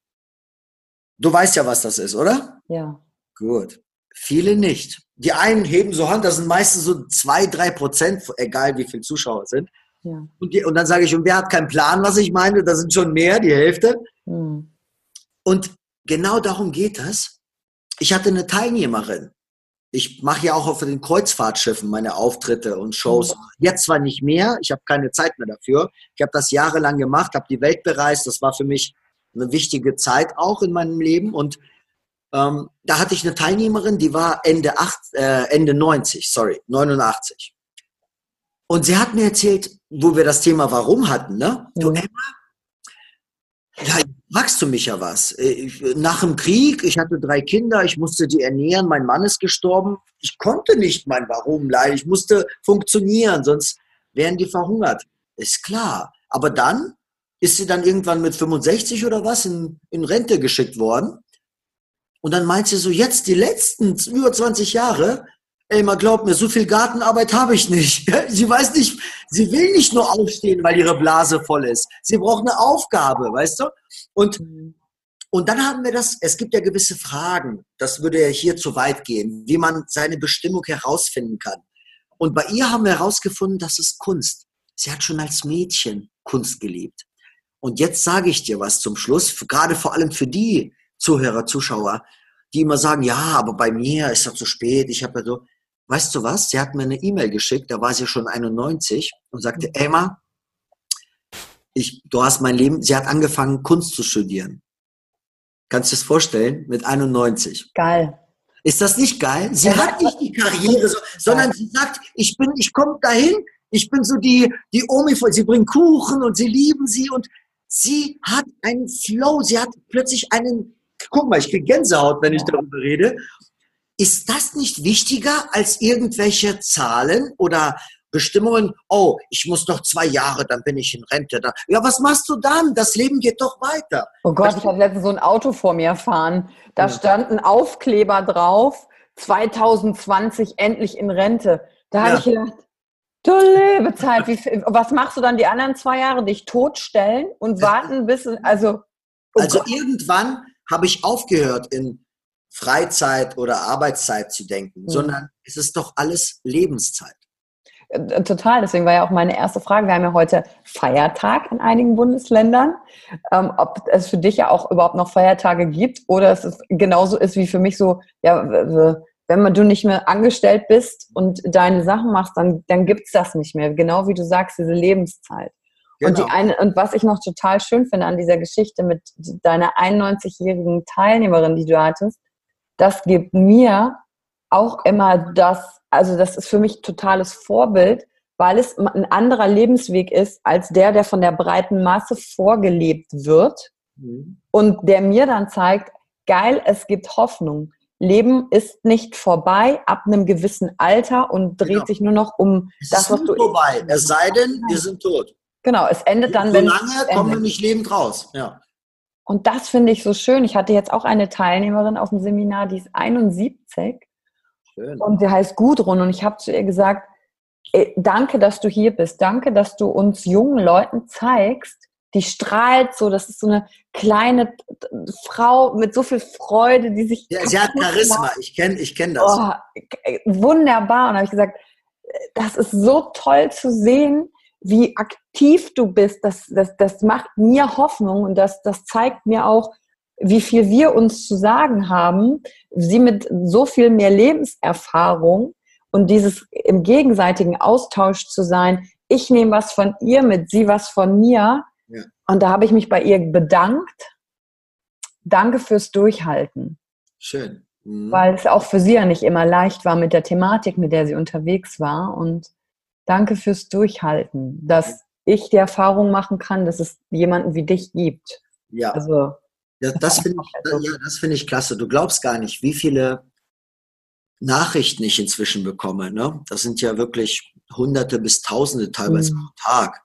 Du weißt ja, was das ist, oder? Ja. Gut. Viele nicht. Die einen heben so Hand, das sind meistens so zwei, drei Prozent, egal wie viele Zuschauer sind. Ja. Und, die, und dann sage ich, und wer hat keinen Plan, was ich meine? Da sind schon mehr, die Hälfte. Mhm. Und genau darum geht es. Ich hatte eine Teilnehmerin. Ich mache ja auch auf den Kreuzfahrtschiffen meine Auftritte und Shows. Mhm. Jetzt zwar nicht mehr, ich habe keine Zeit mehr dafür. Ich habe das jahrelang gemacht, habe die Welt bereist. Das war für mich eine wichtige Zeit auch in meinem Leben. Und ähm, da hatte ich eine Teilnehmerin, die war Ende, acht, äh, Ende neunzig, sorry, neunundachtzig. Und sie hat mir erzählt, wo wir das Thema Warum hatten, ne? Mhm. Du, Emma, ja, fragst du mich ja was. Ich, nach dem Krieg, ich hatte drei Kinder, ich musste die ernähren, mein Mann ist gestorben. Ich konnte nicht mein Warum leiden, ich musste funktionieren, sonst wären die verhungert. Ist klar. Aber dann ist sie dann irgendwann mit fünfundsechzig oder was in, in Rente geschickt worden. Und dann meint sie so, jetzt die letzten über zwanzig Jahre, ey, mal glaubt mir, so viel Gartenarbeit habe ich nicht. Sie weiß nicht, sie will nicht nur aufstehen, weil ihre Blase voll ist. Sie braucht eine Aufgabe, weißt du? Und, und dann haben wir das, es gibt ja gewisse Fragen, das würde ja hier zu weit gehen, wie man seine Bestimmung herausfinden kann. Und bei ihr haben wir herausgefunden, das ist Kunst. Sie hat schon als Mädchen Kunst geliebt. Und jetzt sage ich dir was zum Schluss, für, gerade vor allem für die Zuhörer, Zuschauer, die immer sagen, ja, aber bei mir ist das zu spät, ich habe ja so, weißt du was, sie hat mir eine E-Mail geschickt, da war sie schon einundneunzig und sagte, Elmar, ich, du hast mein Leben, sie hat angefangen Kunst zu studieren. Kannst du dir das vorstellen? Mit einundneunzig. Geil. Ist das nicht geil? Sie ja, hat nicht die Karriere, so, sondern sie sagt, ich bin, ich komme dahin, ich bin so die, die Omi, sie bringt Kuchen und sie lieben sie und sie hat einen Flow, sie hat plötzlich einen, guck mal, ich kriege Gänsehaut, wenn ich darüber rede. Ist das nicht wichtiger als irgendwelche Zahlen oder Bestimmungen? Oh, ich muss noch zwei Jahre, dann bin ich in Rente. Da. Ja, was machst du dann? Das Leben geht doch weiter. Oh Gott, ich hatte letztens so ein Auto vor mir fahren. Da ja. stand ein Aufkleber drauf, zwanzig zwanzig endlich in Rente. Da ja. habe ich gedacht, du Lebezeit, wie, was machst du dann die anderen zwei Jahre? Dich totstellen und warten bis, also... Oh also Gott. Irgendwann habe ich aufgehört, in Freizeit oder Arbeitszeit zu denken, mhm. sondern es ist doch alles Lebenszeit. Total, deswegen war ja auch meine erste Frage, wir haben ja heute Feiertag in einigen Bundesländern, ähm, ob es für dich ja auch überhaupt noch Feiertage gibt oder es ist, genauso ist wie für mich so, ja, wenn man, du nicht mehr angestellt bist und deine Sachen machst, dann, dann gibt's das nicht mehr, genau wie du sagst, diese Lebenszeit. Genau. Und, die eine, und was ich noch total schön finde an dieser Geschichte mit deiner einundneunzigjährigen Teilnehmerin, die du hattest, das gibt mir auch immer das, also das ist für mich totales Vorbild, weil es ein anderer Lebensweg ist, als der, der von der breiten Masse vorgelebt wird mhm. und der mir dann zeigt, geil, es gibt Hoffnung. Leben ist nicht vorbei ab einem gewissen Alter und dreht genau. sich nur noch um es das, ist was du... vorbei, es sei denn, wir sind tot. Genau, es endet dann, so wenn... So lange kommen wir nicht lebend raus, ja. Und das finde ich so schön. Ich hatte jetzt auch eine Teilnehmerin auf dem Seminar, die ist einundsiebzig. Schön. Und sie heißt Gudrun und ich habe zu ihr gesagt, ey, danke, dass du hier bist. Danke, dass du uns jungen Leuten zeigst, die strahlt so, das ist so eine kleine Frau mit so viel Freude, die sich... Ja, sie hat Charisma, macht. ich kenne ich kenn das. Oh, wunderbar. Und da habe ich gesagt, das ist so toll zu sehen, wie aktiv du bist. Das, das, das macht mir Hoffnung und das, das zeigt mir auch, wie viel wir uns zu sagen haben. Sie mit so viel mehr Lebenserfahrung und dieses im gegenseitigen Austausch zu sein. Ich nehme was von ihr mit, sie was von mir. Ja. Und da habe ich mich bei ihr bedankt. Danke fürs Durchhalten. Schön. Mhm. Weil es auch für sie ja nicht immer leicht war mit der Thematik, mit der sie unterwegs war. Und danke fürs Durchhalten, dass ich die Erfahrung machen kann, dass es jemanden wie dich gibt. Ja. Also, Ja, das finde ich, ja, das finde ich klasse. Du glaubst gar nicht, wie viele Nachrichten ich inzwischen bekomme. Ne? Das sind ja wirklich Hunderte bis Tausende teilweise mhm. pro Tag.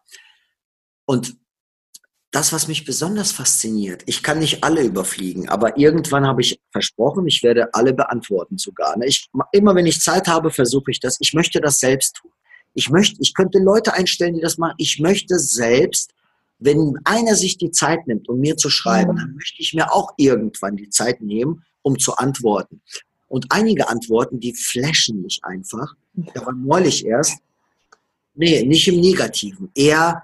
Und das, was mich besonders fasziniert, ich kann nicht alle überfliegen, aber irgendwann habe ich versprochen, ich werde alle beantworten sogar. Ne? Ich, immer wenn ich Zeit habe, versuche ich das. Ich möchte das selbst tun. Ich möchte, ich könnte Leute einstellen, die das machen. Ich möchte selbst, wenn einer sich die Zeit nimmt, um mir zu schreiben, dann möchte ich mir auch irgendwann die Zeit nehmen, um zu antworten. Und einige Antworten, die flashen mich einfach. Da war neulich erst, nee, nicht im Negativen, eher,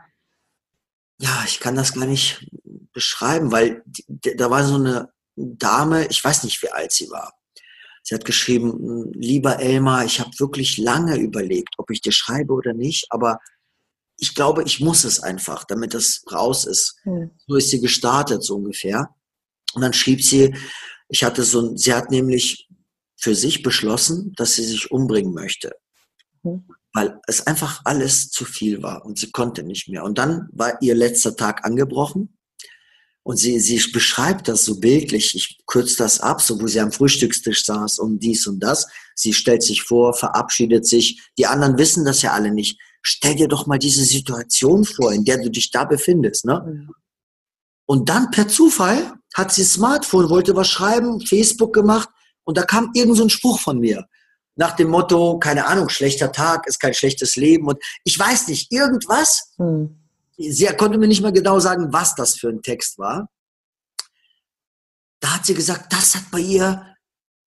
ja, ich kann das gar nicht beschreiben, weil da war so eine Dame, ich weiß nicht, wie alt sie war. Sie hat geschrieben, lieber Elmar, ich habe wirklich lange überlegt, ob ich dir schreibe oder nicht, aber ich glaube, ich muss es einfach, damit das raus ist. Hm. So ist sie gestartet, so ungefähr. Und dann schrieb sie, ich hatte so ein, sie hat nämlich für sich beschlossen, dass sie sich umbringen möchte. Hm. Weil es einfach alles zu viel war und sie konnte nicht mehr. Und dann war ihr letzter Tag angebrochen und sie, sie beschreibt das so bildlich. Ich kürze das ab, so wo sie am Frühstückstisch saß und dies und das. Sie stellt sich vor, verabschiedet sich. Die anderen wissen das ja alle nicht. Stell dir doch mal diese Situation vor, in der du dich da befindest. Ne? Mhm. Und dann per Zufall hat sie Smartphone, wollte was schreiben, Facebook gemacht und da kam irgend so ein Spruch von mir. Nach dem Motto, keine Ahnung, schlechter Tag ist kein schlechtes Leben und ich weiß nicht, irgendwas. Mhm. Sie konnte mir nicht mehr genau sagen, was das für ein Text war. Da hat sie gesagt, das hat bei ihr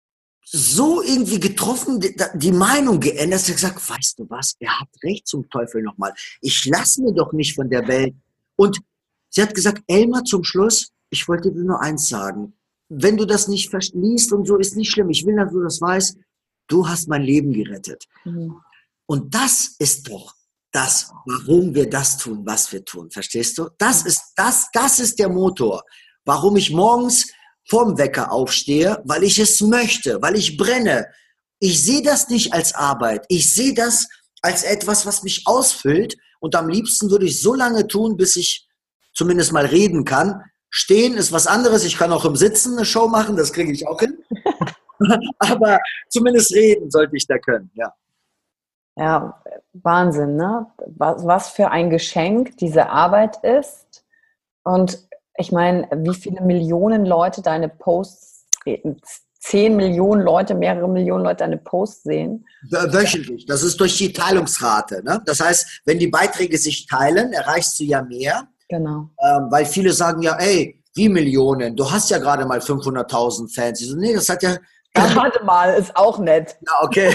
so irgendwie getroffen, die, die Meinung geändert, dass er gesagt, weißt du was, er hat recht zum Teufel nochmal. Ich lasse mir doch nicht von der Welt. Und sie hat gesagt, Elmar, zum Schluss, ich wollte dir nur eins sagen. Wenn du das nicht liest und so, ist nicht schlimm. Ich will, dass du das weißt. Du hast mein Leben gerettet. Mhm. Und das ist doch das, warum wir das tun, was wir tun. Verstehst du? Das ist, das, das ist der Motor, warum ich morgens vorm Wecker aufstehe, weil ich es möchte, weil ich brenne. Ich sehe das nicht als Arbeit. Ich sehe das als etwas, was mich ausfüllt. Und am liebsten würde ich so lange tun, bis ich zumindest mal reden kann. Stehen ist was anderes. Ich kann auch im Sitzen eine Show machen, das kriege ich auch hin. Aber zumindest reden sollte ich da können, ja. Ja, Wahnsinn, ne? Was, was für ein Geschenk diese Arbeit ist. Und ich meine, wie viele Millionen Leute deine Posts, zehn Millionen Leute, mehrere Millionen Leute deine Posts sehen. Wöchentlich. Das ist durch die Teilungsrate. Ne? Das heißt, wenn die Beiträge sich teilen, erreichst du ja mehr. Genau. Ähm, weil viele sagen ja, ey, wie Millionen? Du hast ja gerade mal fünfhunderttausend Fans. Ich so, nee, das hat ja... Gerade mal, ist auch nett. Ja, okay.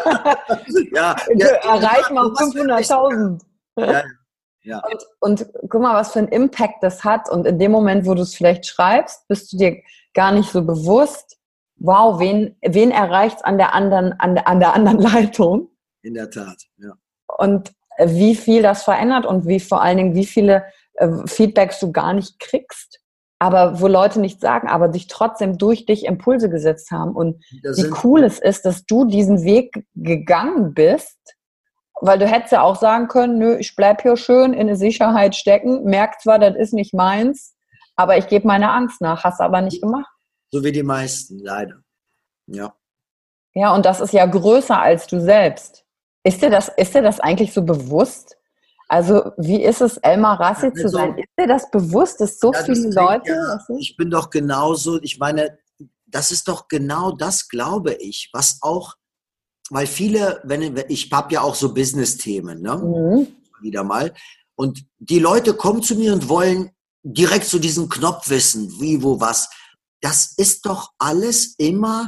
ja, ja, erreich mal fünfhunderttausend. Ja, ja. Und, und guck mal, was für einen Impact das hat. Und in dem Moment, wo du es vielleicht schreibst, bist du dir gar nicht so bewusst, wow, wen, wen erreicht es an der anderen, an der, an der anderen Leitung? In der Tat, ja. Und wie viel das verändert und wie vor allen Dingen, wie viele äh, Feedbacks du gar nicht kriegst, aber wo Leute nichts sagen, aber sich trotzdem durch dich Impulse gesetzt haben. Und das wie cool es ist, dass du diesen Weg gegangen bist, weil du hättest ja auch sagen können, nö, ich bleib hier schön in der Sicherheit stecken, merk zwar, das ist nicht meins, aber ich gebe meiner Angst nach, hast aber nicht gemacht. So wie die meisten, leider. Ja. Ja, und das ist ja größer als du selbst. Ist dir das, ist dir das eigentlich so bewusst? Also wie ist es, Elmar Rassi also, zu sein? Ist dir das bewusst, dass so ja, das viele Leute... Ja, ich bin doch genauso, ich meine, das ist doch genau das, glaube ich, was auch, weil viele, wenn ich habe ja auch so Business-Themen, ne? Mhm. Wieder mal, und die Leute kommen zu mir und wollen direkt so diesen Knopf wissen, wie, wo, was. Das ist doch alles immer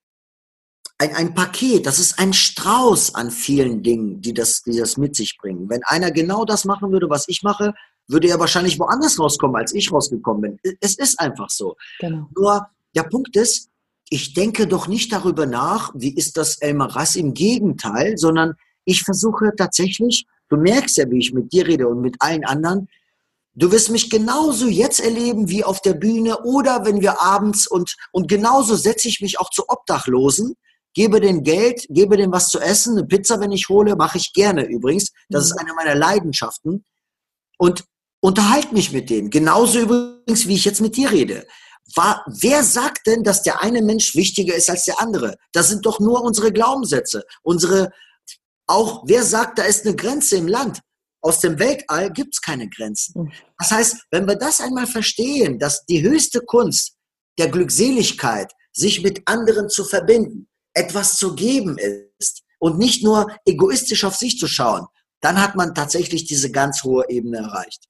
ein, ein Paket, das ist ein Strauß an vielen Dingen, die das, die das mit sich bringen. Wenn einer genau das machen würde, was ich mache, würde er wahrscheinlich woanders rauskommen, als ich rausgekommen bin. Es ist einfach so. Genau. Nur der Punkt ist, ich denke doch nicht darüber nach, wie ist das Elmar Rassi, im Gegenteil, sondern ich versuche tatsächlich, du merkst ja, wie ich mit dir rede und mit allen anderen, du wirst mich genauso jetzt erleben wie auf der Bühne oder wenn wir abends und, und genauso setze ich mich auch zu Obdachlosen, gebe denen Geld, gebe denen was zu essen, eine Pizza, wenn ich hole, mache ich gerne übrigens. Das ist eine meiner Leidenschaften. Und unterhalte mich mit denen. Genauso übrigens, wie ich jetzt mit dir rede. War, wer sagt denn, dass der eine Mensch wichtiger ist als der andere? Das sind doch nur unsere Glaubenssätze. Unsere, auch, wer sagt, da ist eine Grenze im Land? Aus dem Weltall gibt es keine Grenzen. Das heißt, wenn wir das einmal verstehen, dass die höchste Kunst der Glückseligkeit, sich mit anderen zu verbinden, etwas zu geben ist und nicht nur egoistisch auf sich zu schauen, dann hat man tatsächlich diese ganz hohe Ebene erreicht.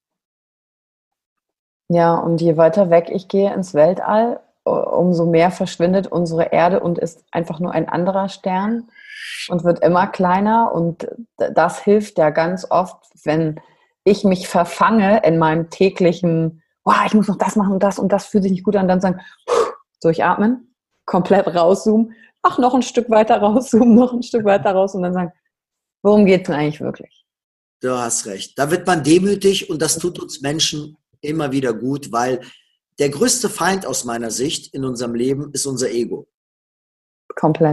Ja, und je weiter weg ich gehe ins Weltall, umso mehr verschwindet unsere Erde und ist einfach nur ein anderer Stern und wird immer kleiner. Und das hilft ja ganz oft, wenn ich mich verfange in meinem täglichen, oh, ich muss noch das machen und das und das fühlt sich nicht gut an, dann sagen, durchatmen, komplett rauszoomen, ach, noch ein Stück weiter rauszoomen, noch ein Stück weiter raus und dann sagen, worum geht es denn eigentlich wirklich? Du hast recht. Da wird man demütig und das tut uns Menschen immer wieder gut, weil der größte Feind aus meiner Sicht in unserem Leben ist unser Ego. Komplett.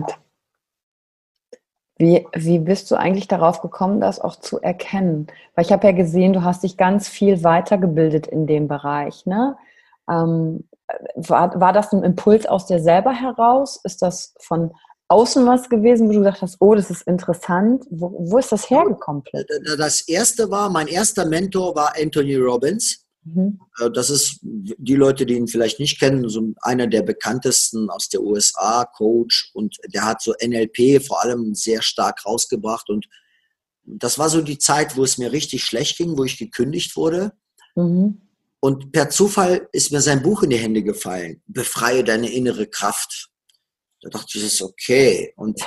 Wie, wie bist du eigentlich darauf gekommen, das auch zu erkennen? Weil ich habe ja gesehen, du hast dich ganz viel weitergebildet in dem Bereich, ne? Ähm, war, war das ein Impuls aus dir selber heraus? Ist das von außen was gewesen, wo du gesagt hast, oh, das ist interessant? Wo, wo ist das hergekommen? Das erste war, mein erster Mentor war Anthony Robbins. Mhm. Das ist, die Leute, die ihn vielleicht nicht kennen, so einer der bekanntesten aus der U S A, Coach, und der hat so N L P vor allem sehr stark rausgebracht und das war so die Zeit, wo es mir richtig schlecht ging, wo ich gekündigt wurde. Mhm. Und per Zufall ist mir sein Buch in die Hände gefallen. Befreie deine innere Kraft. Da dachte ich, das ist okay. Und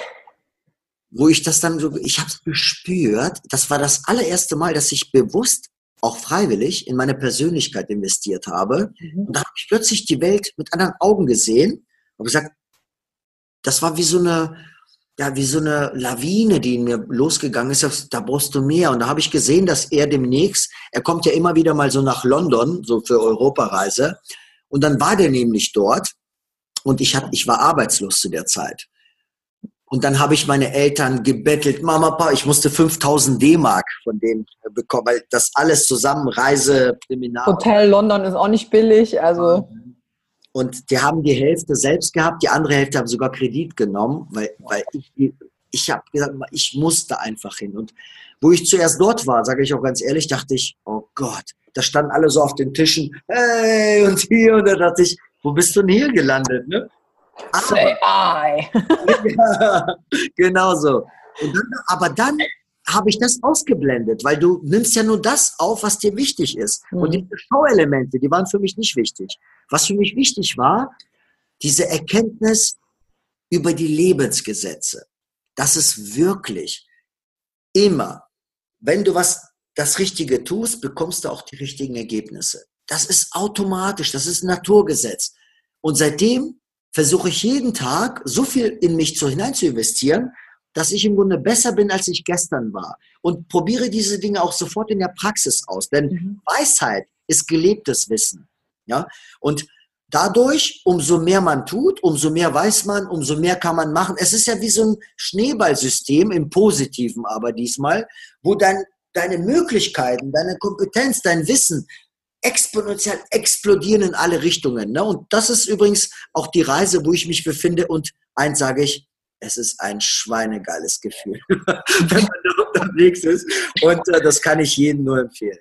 wo ich das dann so, ich habe es gespürt, das war das allererste Mal, dass ich bewusst, auch freiwillig, in meine Persönlichkeit investiert habe. Mhm. Und da habe ich plötzlich die Welt mit anderen Augen gesehen und gesagt, das war wie so eine, ja, wie so eine Lawine, die in mir losgegangen ist. Da brauchst du mehr. Und da habe ich gesehen, dass er demnächst, er kommt ja immer wieder mal so nach London, so für Europareise. Und dann war der nämlich dort und ich, hab, ich war arbeitslos zu der Zeit. Und dann habe ich meine Eltern gebettelt, Mama, Papa, ich musste fünftausend D-Mark von denen bekommen, weil das alles zusammen, Reise, Seminar. Hotel London ist auch nicht billig, also. Und die haben die Hälfte selbst gehabt, die andere Hälfte haben sogar Kredit genommen, weil, weil ich, ich habe gesagt, ich musste einfach hin. Und wo ich zuerst dort war, sage ich auch ganz ehrlich, dachte ich, oh Gott, da standen alle so auf den Tischen, hey, und hier, und da dachte ich, wo bist du denn hier gelandet, ne? Say I. Ja, genau so. Und dann, aber dann habe ich das ausgeblendet, weil du nimmst ja nur das auf, was dir wichtig ist. Mhm. Und diese Schauelemente, die waren für mich nicht wichtig. Was für mich wichtig war, diese Erkenntnis über die Lebensgesetze. Das ist wirklich immer, wenn du was das Richtige tust, bekommst du auch die richtigen Ergebnisse. Das ist automatisch, das ist ein Naturgesetz. Und seitdem versuche ich jeden Tag so viel in mich zu hinein zu investieren, dass ich im Grunde besser bin, als ich gestern war. Und probiere diese Dinge auch sofort in der Praxis aus. Denn mhm. Weisheit ist gelebtes Wissen. Ja? Und dadurch, umso mehr man tut, umso mehr weiß man, umso mehr kann man machen. Es ist ja wie so ein Schneeballsystem, im Positiven aber diesmal, wo dann deine Möglichkeiten, deine Kompetenz, dein Wissen exponentiell explodieren in alle Richtungen. Ne? Und das ist übrigens auch die Reise, wo ich mich befinde. Und eins sage ich, es ist ein schweinegeiles Gefühl, wenn man da unterwegs ist. Und äh, das kann ich jedem nur empfehlen.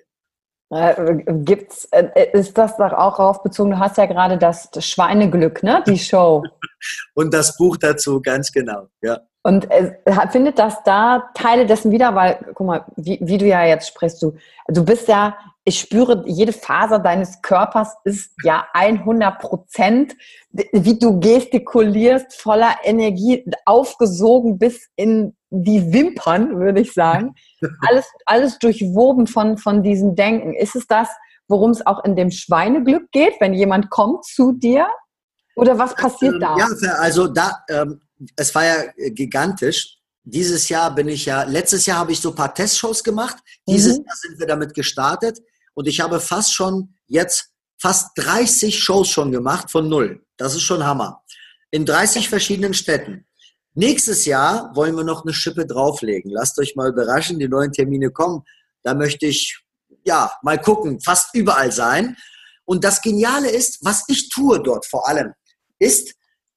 Äh, gibt's, äh, ist das doch auch raufbezogen? Du hast ja gerade das, das Schweineglück, ne? Die Show. Und das Buch dazu, ganz genau, ja. Und äh, findet das da Teile dessen wieder? Weil, guck mal, wie, wie du ja jetzt sprichst, du, du bist ja, ich spüre, jede Faser deines Körpers ist ja hundert Prozent, wie du gestikulierst, voller Energie, aufgesogen bis in die Wimpern, würde ich sagen. Alles, alles durchwoben von, von diesem Denken. Ist es das, worum es auch in dem Schweineglück geht, wenn jemand kommt zu dir? Oder was passiert ähm, da? Ja, also da, ähm, es war ja gigantisch. Dieses Jahr bin ich ja, letztes Jahr habe ich so ein paar Testshows gemacht. Dieses mhm. Jahr sind wir damit gestartet. Und ich habe fast schon jetzt fast dreißig Shows schon gemacht von null. Das ist schon Hammer. In dreißig verschiedenen Städten. Nächstes Jahr wollen wir noch eine Schippe drauflegen. Lasst euch mal überraschen, die neuen Termine kommen. Da möchte ich, ja, mal gucken, fast überall sein. Und das Geniale ist, was ich tue dort vor allem, ist,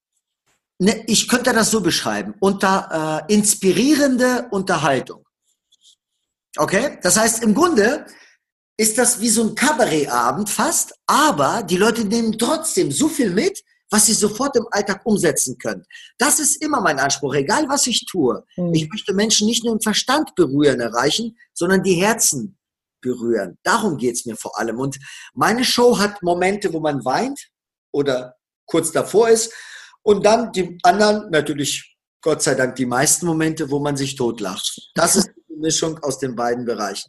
ne, ich könnte das so beschreiben, unter äh, inspirierende Unterhaltung. Okay? Das heißt, im Grunde ist das wie so ein Kabarettabend fast, aber die Leute nehmen trotzdem so viel mit, was sie sofort im Alltag umsetzen können. Das ist immer mein Anspruch, egal was ich tue. Mhm. Ich möchte Menschen nicht nur im Verstand berühren, erreichen, sondern die Herzen berühren. Darum geht's mir vor allem. Und meine Show hat Momente, wo man weint oder kurz davor ist. Und dann die anderen, natürlich Gott sei Dank die meisten Momente, wo man sich totlacht. Das ist die Mischung aus den beiden Bereichen.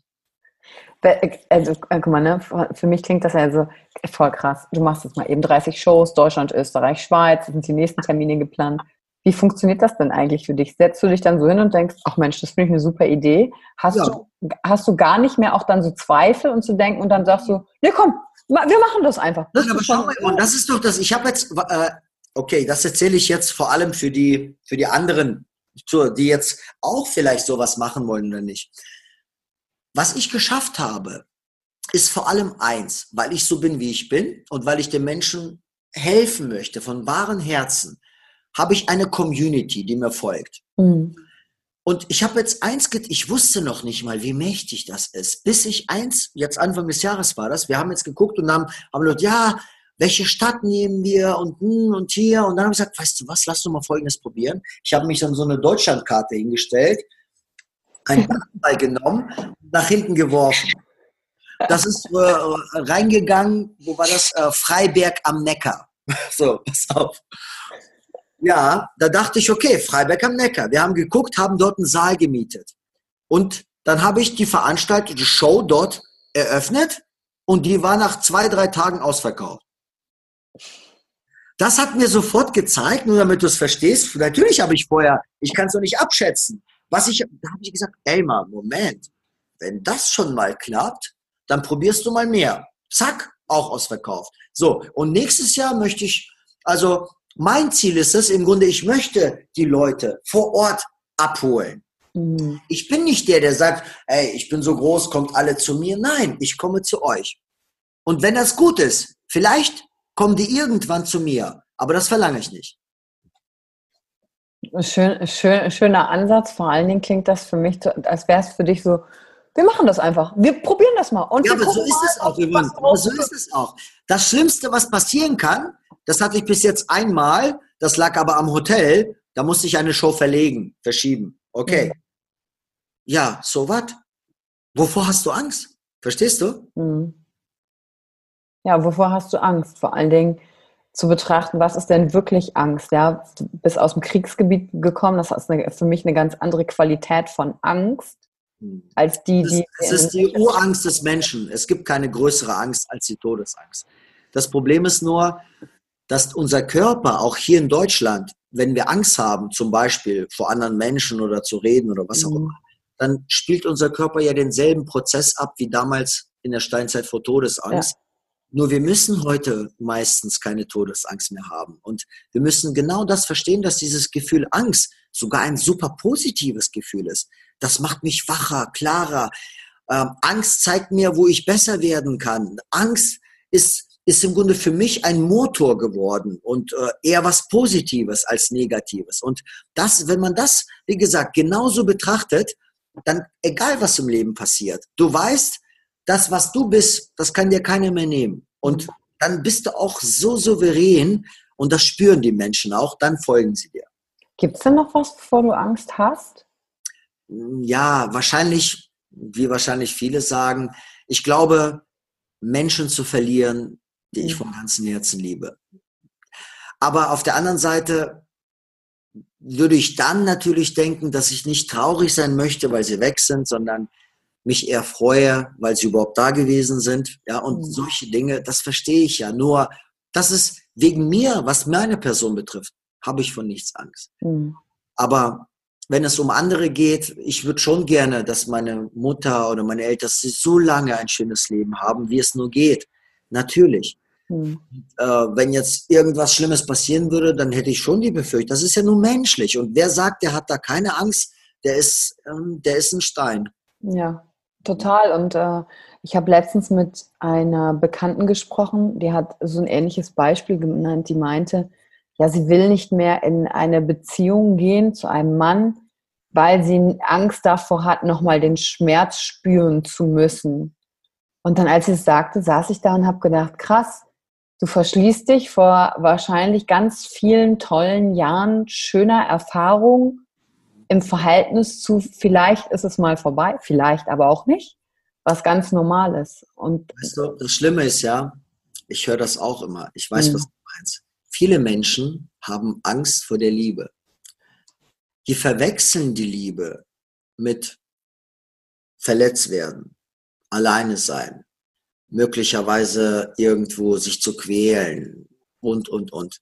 Also, guck mal, ne? Für mich klingt das ja so voll krass. Du machst jetzt mal eben dreißig Shows, Deutschland, Österreich, Schweiz, sind die nächsten Termine geplant. Wie funktioniert das denn eigentlich für dich? Setzt du dich dann so hin und denkst, ach Mensch, das finde ich eine super Idee. Hast, ja. du, hast du gar nicht mehr auch dann so Zweifel und zu denken und dann sagst du, nee, komm, wir machen das einfach. Nein, aber schau mal, und das ist doch das, ich habe jetzt, äh, okay, das erzähle ich jetzt vor allem für die, für die anderen, die jetzt auch vielleicht sowas machen wollen oder nicht. Was ich geschafft habe, ist vor allem eins, weil ich so bin, wie ich bin und weil ich den Menschen helfen möchte, von wahrem Herzen, habe ich eine Community, die mir folgt. Mhm. Und ich habe jetzt eins, ich wusste noch nicht mal, wie mächtig das ist, bis ich eins, jetzt Anfang des Jahres war das, wir haben jetzt geguckt und haben, haben gesagt, ja, welche Stadt nehmen wir und und hier. Und dann habe ich gesagt, weißt du was, lass doch mal Folgendes probieren. Ich habe mich dann so eine Deutschlandkarte hingestellt, einen Ball genommen und nach hinten geworfen. Das ist äh, reingegangen, wo war das? Äh, Freiberg am Neckar. So, pass auf. Ja, da dachte ich, okay, Freiberg am Neckar. Wir haben geguckt, haben dort einen Saal gemietet. Und dann habe ich die veranstaltete Show dort eröffnet und die war nach zwei, drei Tagen ausverkauft. Das hat mir sofort gezeigt, nur damit du es verstehst, natürlich habe ich vorher, ich kann es doch nicht abschätzen. Was ich, da habe ich gesagt, Elmar, Moment, wenn das schon mal klappt, dann probierst du mal mehr. Zack, auch ausverkauft. So, und nächstes Jahr möchte ich, also mein Ziel ist es, im Grunde, ich möchte die Leute vor Ort abholen. Mhm. Ich bin nicht der, der sagt, ey, ich bin so groß, kommt alle zu mir. Nein, ich komme zu euch. Und wenn das gut ist, vielleicht kommen die irgendwann zu mir, aber das verlange ich nicht. Schön, schön, schöner Ansatz. Vor allen Dingen klingt das für mich, als wäre es für dich so, wir machen das einfach. Wir probieren das mal. Und ja, aber so ist es auch, Yvonne. Aber so ist es auch. Das Schlimmste, was passieren kann, das hatte ich bis jetzt einmal, das lag aber am Hotel, da musste ich eine Show verlegen, verschieben. Okay. Mhm. Ja, so was? Wovor hast du Angst? Verstehst du? Mhm. Ja, wovor hast du Angst? Vor allen Dingen zu betrachten, was ist denn wirklich Angst? Ja, du bist aus dem Kriegsgebiet gekommen, das ist eine, für mich eine ganz andere Qualität von Angst, als die, die... Es ist die Urangst des Menschen. Es gibt keine größere Angst als die Todesangst. Das Problem ist nur, dass unser Körper, auch hier in Deutschland, wenn wir Angst haben, zum Beispiel vor anderen Menschen oder zu reden oder was auch mhm. immer, dann spielt unser Körper ja denselben Prozess ab wie damals in der Steinzeit vor Todesangst. Ja. Nur wir müssen heute meistens keine Todesangst mehr haben. Und wir müssen genau das verstehen, dass dieses Gefühl Angst sogar ein super positives Gefühl ist. Das macht mich wacher, klarer. Ähm, Angst zeigt mir, wo ich besser werden kann. Angst ist, ist im Grunde für mich ein Motor geworden und äh, eher was Positives als Negatives. Und das, wenn man das, wie gesagt, genauso betrachtet, dann egal, was im Leben passiert, du weißt, das, was du bist, das kann dir keiner mehr nehmen. Und dann bist du auch so souverän und das spüren die Menschen auch, dann folgen sie dir. Gibt es denn noch was, bevor du Angst hast? Ja, wahrscheinlich, wie wahrscheinlich viele sagen, ich glaube, Menschen zu verlieren, die ich von ganzem Herzen liebe. Aber auf der anderen Seite würde ich dann natürlich denken, dass ich nicht traurig sein möchte, weil sie weg sind, sondern mich eher freue, weil sie überhaupt da gewesen sind. Ja, und mhm. solche Dinge, das verstehe ich ja. Nur, das ist wegen mir, was meine Person betrifft, habe ich von nichts Angst. Mhm. Aber wenn es um andere geht, ich würde schon gerne, dass meine Mutter oder meine Eltern so lange ein schönes Leben haben, wie es nur geht. Natürlich. Mhm. Äh, wenn jetzt irgendwas Schlimmes passieren würde, dann hätte ich schon die Befürchtung. Das ist ja nur menschlich. Und wer sagt, der hat da keine Angst, der ist, ähm, der ist ein Stein. Ja. Total. Und äh, ich habe letztens mit einer Bekannten gesprochen, die hat so ein ähnliches Beispiel genannt, die meinte, ja, sie will nicht mehr in eine Beziehung gehen zu einem Mann, weil sie Angst davor hat, nochmal den Schmerz spüren zu müssen. Und dann, als sie es sagte, saß ich da und habe gedacht, krass, du verschließt dich vor wahrscheinlich ganz vielen tollen Jahren schöner Erfahrung im Verhältnis zu, vielleicht ist es mal vorbei, vielleicht aber auch nicht, was ganz normal ist. Und weißt du, das Schlimme ist ja, ich höre das auch immer, ich weiß, mh. was du meinst. Viele Menschen haben Angst vor der Liebe. Die verwechseln die Liebe mit verletzt werden, alleine sein, möglicherweise irgendwo sich zu quälen und, und, und.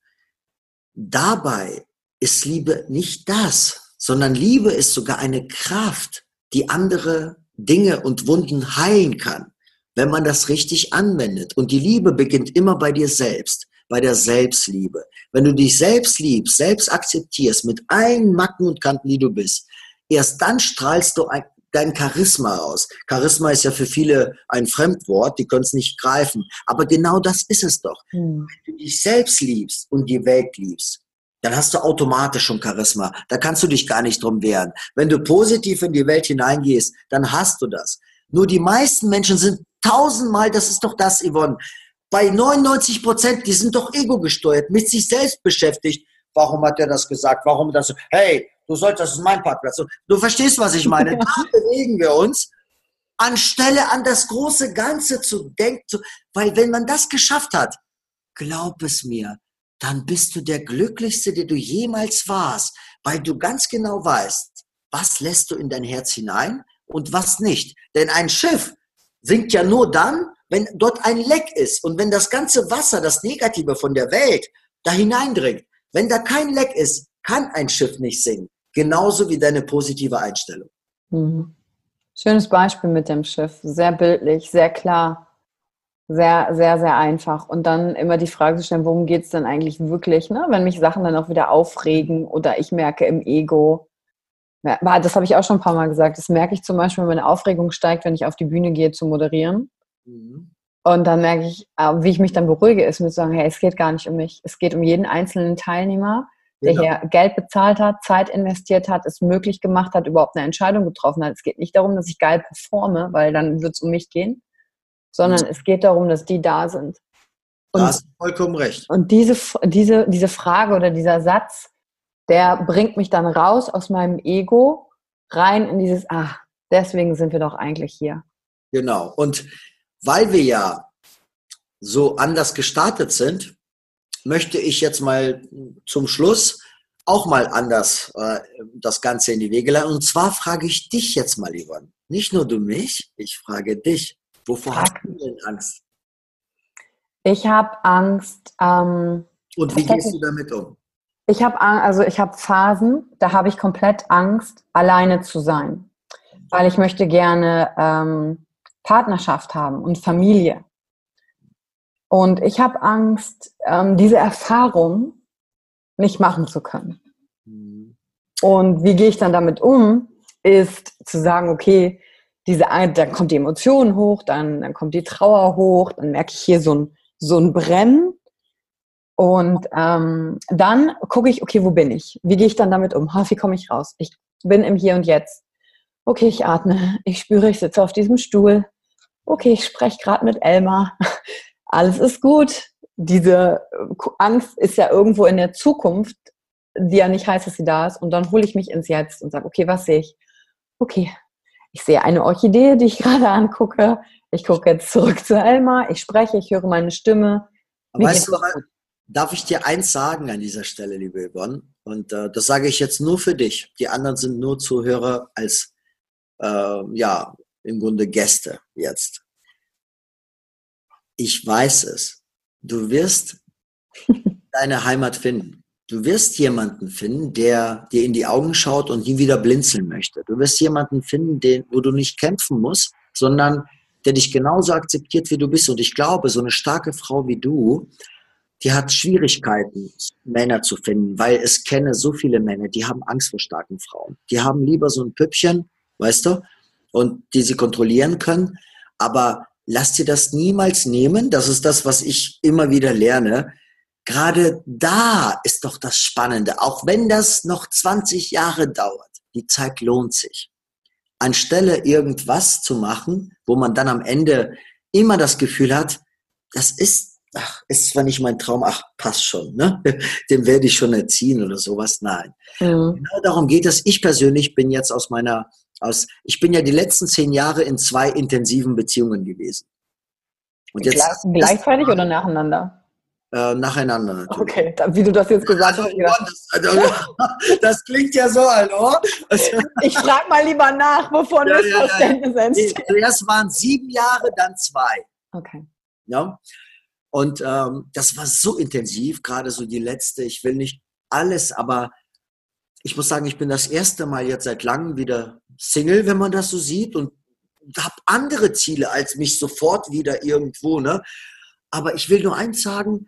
Dabei ist Liebe nicht das, sondern Liebe ist sogar eine Kraft, die andere Dinge und Wunden heilen kann, wenn man das richtig anwendet. Und die Liebe beginnt immer bei dir selbst, bei der Selbstliebe. Wenn du dich selbst liebst, selbst akzeptierst, mit allen Macken und Kanten, die du bist, erst dann strahlst du ein, dein Charisma aus. Charisma ist ja für viele ein Fremdwort, die können es nicht greifen. Aber genau das ist es doch. Hm. Wenn du dich selbst liebst und die Welt liebst, dann hast du automatisch schon Charisma. Da kannst du dich gar nicht drum wehren. Wenn du positiv in die Welt hineingehst, dann hast du das. Nur die meisten Menschen sind tausendmal, das ist doch das, Yvonne, bei neunundneunzig Prozent, die sind doch ego-gesteuert, mit sich selbst beschäftigt. Warum hat er das gesagt? Warum das? Hey, du sollst, das ist mein Parkplatz. Du verstehst, was ich meine. Da bewegen wir uns, anstelle an das große Ganze zu denken. Weil wenn man das geschafft hat, glaub es mir, dann bist du der Glücklichste, der du jemals warst, weil du ganz genau weißt, was lässt du in dein Herz hinein und was nicht. Denn ein Schiff sinkt ja nur dann, wenn dort ein Leck ist und wenn das ganze Wasser, das Negative von der Welt, da hineindringt. Wenn da kein Leck ist, kann ein Schiff nicht sinken. Genauso wie deine positive Einstellung. Mhm. Schönes Beispiel mit dem Schiff. Sehr bildlich, sehr klar. Sehr, sehr, sehr einfach. Und dann immer die Frage zu stellen, worum geht es denn eigentlich wirklich, ne? Wenn mich Sachen dann auch wieder aufregen oder ich merke im Ego. Ja, das habe ich auch schon ein paar Mal gesagt. Das merke ich zum Beispiel, wenn meine Aufregung steigt, wenn ich auf die Bühne gehe zu moderieren. Mhm. Und dann merke ich, wie ich mich dann beruhige, ist mir zu sagen, hey, es geht gar nicht um mich. Es geht um jeden einzelnen Teilnehmer, der genau. hier Geld bezahlt hat, Zeit investiert hat, es möglich gemacht hat, überhaupt eine Entscheidung getroffen hat. Es geht nicht darum, dass ich geil performe, weil dann wird es um mich gehen, sondern es geht darum, dass die da sind. Und, da hast du vollkommen recht. Und diese, diese, diese Frage oder dieser Satz, der bringt mich dann raus aus meinem Ego, rein in dieses, ach, deswegen sind wir doch eigentlich hier. Genau. Und weil wir ja so anders gestartet sind, möchte ich jetzt mal zum Schluss auch mal anders äh, das Ganze in die Wege leiten. Und zwar frage ich dich jetzt mal, Yvonne. Nicht nur du mich, ich frage dich. Wovor Frag. hast du denn Angst? Ich habe Angst. Ähm, Und wie gehst du damit um? Ich habe also ich habe Phasen, da habe ich komplett Angst, alleine zu sein, weil ich möchte gerne ähm, Partnerschaft haben und Familie. Und ich habe Angst, ähm, diese Erfahrung nicht machen zu können. Mhm. Und wie gehe ich dann damit um, ist zu sagen, okay, diese, dann kommt die Emotion hoch, dann, dann kommt die Trauer hoch, dann merke ich hier so ein, so ein Brennen. Und ähm, dann gucke ich, okay, wo bin ich? Wie gehe ich dann damit um? Wie komme ich raus? Ich bin im Hier und Jetzt. Okay, ich atme, ich spüre, ich sitze auf diesem Stuhl. Okay, ich spreche gerade mit Elmar. Alles ist gut. Diese Angst ist ja irgendwo in der Zukunft, die ja nicht heißt, dass sie da ist. Und dann hole ich mich ins Jetzt und sage, okay, was sehe ich? Okay, ich sehe eine Orchidee, die ich gerade angucke. Ich gucke jetzt zurück zu Elmar. Ich spreche, ich höre meine Stimme. Mir weißt du, darf ich dir eins sagen an dieser Stelle, liebe Yvonne? Und äh, das sage ich jetzt nur für dich. Die anderen sind nur Zuhörer als, äh, ja, im Grunde Gäste jetzt. Ich weiß es. Du wirst deine Heimat finden. Du wirst jemanden finden, der dir in die Augen schaut und nie wieder blinzeln möchte. Du wirst jemanden finden, den, wo du nicht kämpfen musst, sondern der dich genauso akzeptiert, wie du bist. Und ich glaube, so eine starke Frau wie du, die hat Schwierigkeiten, Männer zu finden, weil es kenne so viele Männer, die haben Angst vor starken Frauen. Die haben lieber so ein Püppchen, weißt du, und die sie kontrollieren können. Aber lass dir das niemals nehmen. Das ist das, was ich immer wieder lerne. Gerade da ist doch das Spannende. Auch wenn das noch zwanzig Jahre dauert. Die Zeit lohnt sich. Anstelle irgendwas zu machen, wo man dann am Ende immer das Gefühl hat, das ist, ach, ist zwar nicht mein Traum, ach, passt schon, ne? Dem werde ich schon erziehen oder sowas. Nein. Mhm. Genau darum geht es. Ich persönlich bin jetzt aus meiner Aus, ich bin ja die letzten zehn Jahre in zwei intensiven Beziehungen gewesen. Und jetzt Gleich, gleichzeitig oder nacheinander? Äh, nacheinander natürlich. Okay, wie du das jetzt gesagt hast. Das, also, das klingt ja so, hallo? Ich frage mal lieber nach, bevor ja, Missverständnis ja, ja. entsteht. Zuerst waren sieben Jahre, dann zwei. Okay. Ja? Und ähm, das war so intensiv, gerade so die letzte, ich will nicht alles, aber ich muss sagen, ich bin das erste Mal jetzt seit langem wieder Single, wenn man das so sieht, und habe andere Ziele als mich sofort wieder irgendwo, ne? Aber ich will nur eins sagen,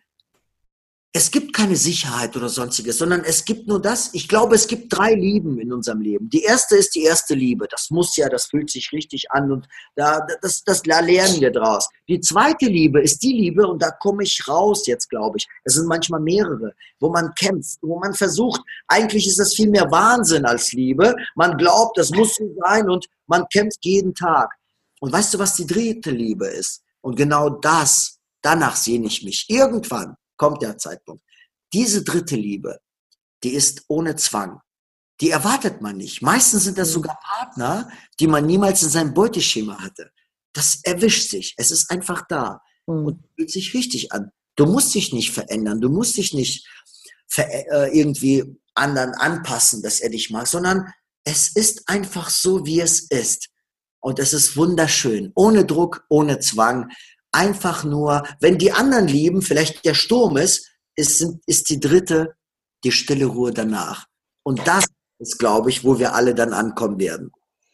es gibt keine Sicherheit oder sonstiges, sondern es gibt nur das. Ich glaube, es gibt drei Lieben in unserem Leben. Die erste ist die erste Liebe. Das muss ja, das fühlt sich richtig an und da, das, das lernen wir draus. Die zweite Liebe ist die Liebe, und da komme ich raus jetzt, glaube ich. Es sind manchmal mehrere, wo man kämpft, wo man versucht, eigentlich ist das viel mehr Wahnsinn als Liebe. Man glaubt, das muss so sein, und man kämpft jeden Tag. Und weißt du, was die dritte Liebe ist? Und genau das, danach sehne ich mich. Irgendwann kommt der Zeitpunkt. Diese dritte Liebe, die ist ohne Zwang. Die erwartet man nicht. Meistens sind das sogar Partner, die man niemals in seinem Beuteschema hatte. Das erwischt sich. Es ist einfach da. Mhm. Und fühlt sich richtig an. Du musst dich nicht verändern, du musst dich nicht ver äh, irgendwie anderen anpassen, dass er dich mag, sondern es ist einfach so, wie es ist. Und es ist wunderschön, ohne Druck, ohne Zwang. Einfach nur, wenn die anderen lieben, vielleicht der Sturm ist, ist, ist die dritte, die stille Ruhe danach. Und das ist, glaube ich, wo wir alle dann ankommen werden.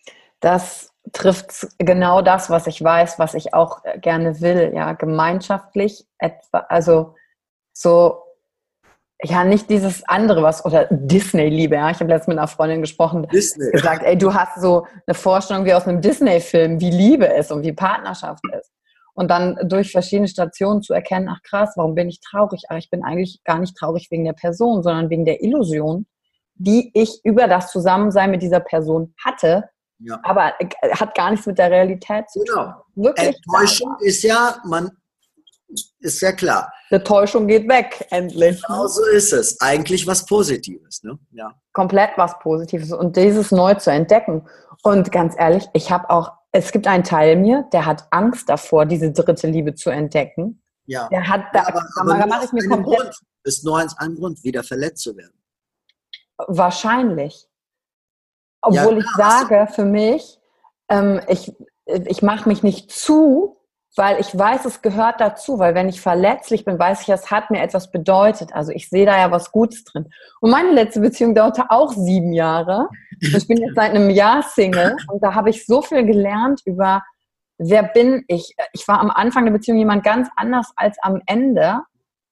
Das trifft genau das, was ich weiß, was ich auch gerne will. Ja, gemeinschaftlich etwa, also so, ja, nicht dieses andere, was, oder Disney-Liebe, ja. Ich habe letztens mit einer Freundin gesprochen, Disney. gesagt, ey, du hast so eine Vorstellung wie aus einem Disney-Film, wie Liebe ist und wie Partnerschaft ist. Und dann durch verschiedene Stationen zu erkennen, ach krass, warum bin ich traurig? Ach, ich bin eigentlich gar nicht traurig wegen der Person, sondern wegen der Illusion, die ich über das Zusammensein mit dieser Person hatte, ja. aber hat gar nichts mit der Realität zu tun. Genau. Wirklich Enttäuschung ist ja, man ist ja klar. Die Täuschung geht weg, endlich. Genau so ist es. Eigentlich was Positives. Ne? Ja. Komplett was Positives. Und dieses neu zu entdecken. Und ganz ehrlich, ich habe auch, es gibt einen Teil mir, der hat Angst davor, diese dritte Liebe zu entdecken. Ja. Der hat da, ja, aber, aber aber mache ich mir komplett. Grund, ist nur ein Grund, wieder verletzt zu werden. Wahrscheinlich. Obwohl ja, ich sage für mich, ähm, ich, ich mache mich nicht zu, weil ich weiß, es gehört dazu, weil wenn ich verletzlich bin, weiß ich, es hat mir etwas bedeutet. Also ich sehe da ja was Gutes drin. Und meine letzte Beziehung dauerte auch sieben Jahre. Ich bin jetzt seit einem Jahr Single und da habe ich so viel gelernt über, wer bin ich. Ich war am Anfang der Beziehung jemand ganz anders als am Ende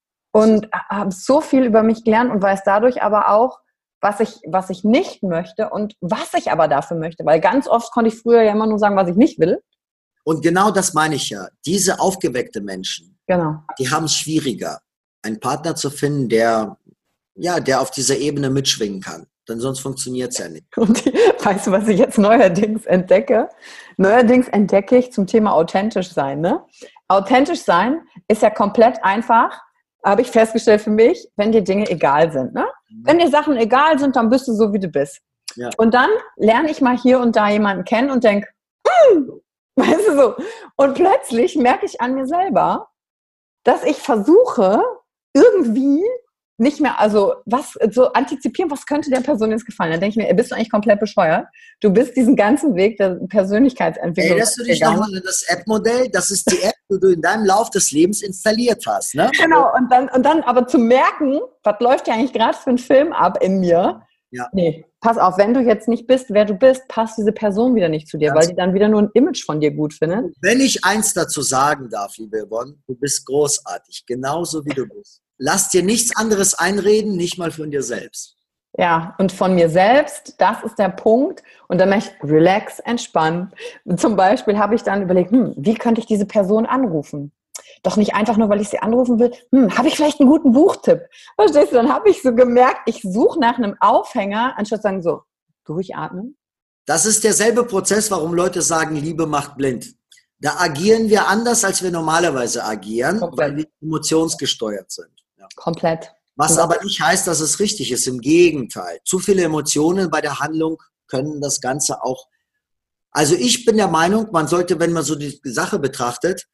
und habe so viel über mich gelernt und weiß dadurch aber auch, was ich, was ich nicht möchte und was ich aber dafür möchte. Weil ganz oft konnte ich früher ja immer nur sagen, was ich nicht will. Und genau das meine ich ja. Diese aufgeweckte Menschen, genau. die haben es schwieriger, einen Partner zu finden, der, ja, der auf dieser Ebene mitschwingen kann. Denn sonst funktioniert es ja nicht. Und weißt du, was ich jetzt neuerdings entdecke? Neuerdings entdecke ich zum Thema authentisch sein. Ne? Authentisch sein ist ja komplett einfach, habe ich festgestellt für mich, wenn dir Dinge egal sind. Ne? Mhm. Wenn dir Sachen egal sind, dann bist du so, wie du bist. Ja. Und dann lerne ich mal hier und da jemanden kennen und denke, hm, weißt du so. Und plötzlich merke ich an mir selber, dass ich versuche, irgendwie nicht mehr, also was, so antizipieren, was könnte der Person jetzt gefallen? Dann denke ich mir, bist du eigentlich komplett bescheuert? Du bist diesen ganzen Weg der Persönlichkeitsentwicklung. Erinnerst du dich nochmal an das App-Modell? Das ist die App, die du in deinem Lauf des Lebens installiert hast. Ne? Genau, und dann, und dann aber zu merken, was läuft ja eigentlich gerade für ein Film ab in mir? Ja. Nee, pass auf, wenn du jetzt nicht bist, wer du bist, passt diese Person wieder nicht zu dir, Ganz weil die dann wieder nur ein Image von dir gut findet. Wenn ich eins dazu sagen darf, liebe Yvonne, du bist großartig, genauso wie du bist. Lass dir nichts anderes einreden, nicht mal von dir selbst. Ja, und von mir selbst, das ist der Punkt. Und dann möchte ich relax, entspannen. Zum Beispiel habe ich dann überlegt, hm, wie könnte ich diese Person anrufen? Doch nicht einfach nur, weil ich sie anrufen will. Hm, habe ich vielleicht einen guten Buchtipp? Verstehst du? Dann habe ich so gemerkt, ich suche nach einem Aufhänger, anstatt zu sagen so, durchatmen. Das ist derselbe Prozess, warum Leute sagen, Liebe macht blind. Da agieren wir anders, als wir normalerweise agieren, Komplett. Weil wir emotionsgesteuert sind. Ja. Komplett. Was ja. aber nicht heißt, dass es richtig ist. Im Gegenteil. Zu viele Emotionen bei der Handlung können das Ganze auch. Also ich bin der Meinung, man sollte, wenn man so die Sache betrachtet,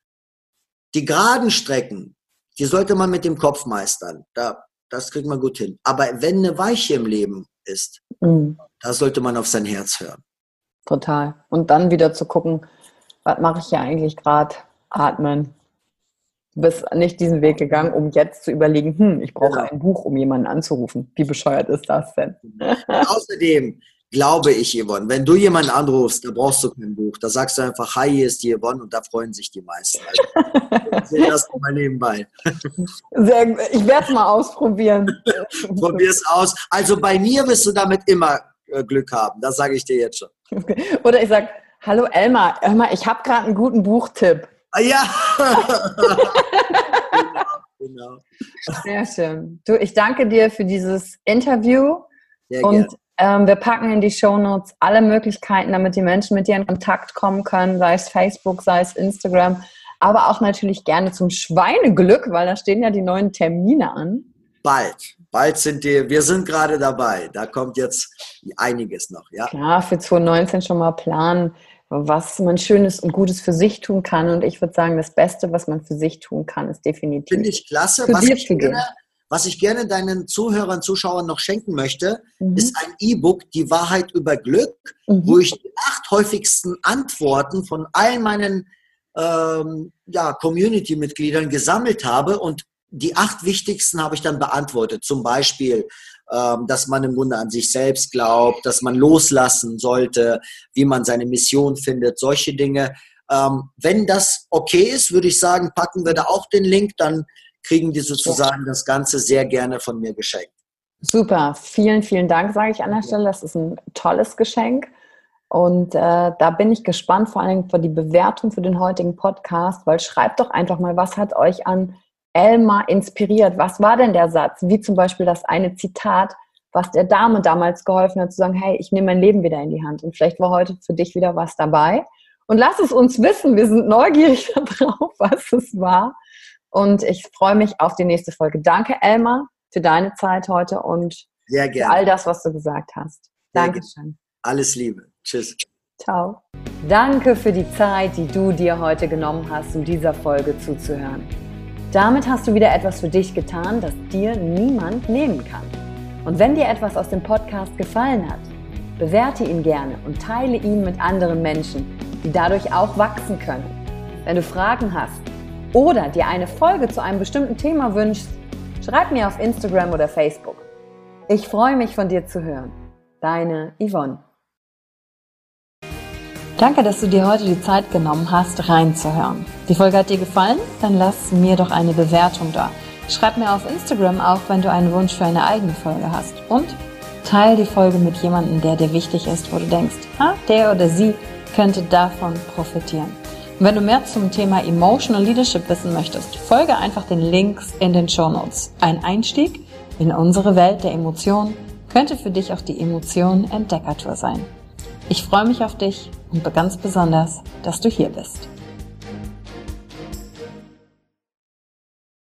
die geraden Strecken, die sollte man mit dem Kopf meistern. Da, das kriegt man gut hin. Aber wenn eine Weiche im Leben ist, mhm. da sollte man auf sein Herz hören. Total. Und dann wieder zu gucken, was mache ich hier eigentlich gerade? Atmen. Du bist nicht diesen Weg gegangen, um jetzt zu überlegen, hm, ich brauche genau. ein Buch, um jemanden anzurufen. Wie bescheuert ist das denn? Außerdem glaube ich, Yvonne, wenn du jemanden anrufst, da brauchst du kein Buch. Da sagst du einfach, hi, hier ist die Yvonne und da freuen sich die meisten. Also, das mal nebenbei. Sehr, ich werde es mal ausprobieren. Probier es aus. Also bei mir wirst du damit immer äh, Glück haben. Das sage ich dir jetzt schon. Okay. Oder ich sage, hallo Elmar, hör mal, ich habe gerade einen guten Buchtipp. Ah, ja. genau, genau. Sehr schön. Du, ich danke dir für dieses Interview. Sehr und gerne. Ähm, wir packen in die Shownotes alle Möglichkeiten, damit die Menschen mit dir in Kontakt kommen können, sei es Facebook, sei es Instagram, aber auch natürlich gerne zum Schweineglück, weil da stehen ja die neuen Termine an. Bald, bald sind die, wir sind gerade dabei, da kommt jetzt einiges noch, ja. Klar, für zwanzig neunzehn schon mal planen. was man Schönes und Gutes für sich tun kann. Und ich würde sagen, das Beste, was man für sich tun kann, ist definitiv Finde ich klasse. Was ich, gerne, was ich gerne deinen Zuhörern, Zuschauern noch schenken möchte, mhm. ist ein E-Book, Die Wahrheit über Glück, mhm. wo ich die acht häufigsten Antworten von all meinen ähm, ja, Community-Mitgliedern gesammelt habe und die acht wichtigsten habe ich dann beantwortet. Zum Beispiel, ähm, dass man im Grunde an sich selbst glaubt, dass man loslassen sollte, wie man seine Mission findet, solche Dinge. Ähm, wenn das okay ist, würde ich sagen, packen wir da auch den Link, dann kriegen die sozusagen das Ganze sehr gerne von mir geschenkt. Super, vielen, vielen Dank, sage ich an der Stelle. Das ist ein tolles Geschenk. Und äh, da bin ich gespannt, vor allem für die Bewertung für den heutigen Podcast, weil schreibt doch einfach mal, was hat euch an Elmar inspiriert? Was war denn der Satz? Wie zum Beispiel das eine Zitat, was der Dame damals geholfen hat, zu sagen, hey, ich nehme mein Leben wieder in die Hand. Und vielleicht war heute für dich wieder was dabei. Und lass es uns wissen, wir sind neugierig darauf, was es war. Und ich freue mich auf die nächste Folge. Danke, Elmar, für deine Zeit heute und Sehr gerne. für all das, was du gesagt hast. Dankeschön. Alles Liebe. Tschüss. Ciao. Danke für die Zeit, die du dir heute genommen hast, um dieser Folge zuzuhören. Damit hast du wieder etwas für dich getan, das dir niemand nehmen kann. Und wenn dir etwas aus dem Podcast gefallen hat, bewerte ihn gerne und teile ihn mit anderen Menschen, die dadurch auch wachsen können. Wenn du Fragen hast oder dir eine Folge zu einem bestimmten Thema wünschst, schreib mir auf Instagram oder Facebook. Ich freue mich, von dir zu hören. Deine Yvonne. Danke, dass du dir heute die Zeit genommen hast, reinzuhören. Die Folge hat dir gefallen? Dann lass mir doch eine Bewertung da. Schreib mir auf Instagram auch, wenn du einen Wunsch für eine eigene Folge hast. Und teile die Folge mit jemandem, der dir wichtig ist, wo du denkst, ah, der oder sie könnte davon profitieren. Und wenn du mehr zum Thema Emotional Leadership wissen möchtest, folge einfach den Links in den Shownotes. Ein Einstieg in unsere Welt der Emotionen könnte für dich auch die Emotionen-Entdeckertour sein. Ich freue mich auf dich und ganz besonders, dass du hier bist.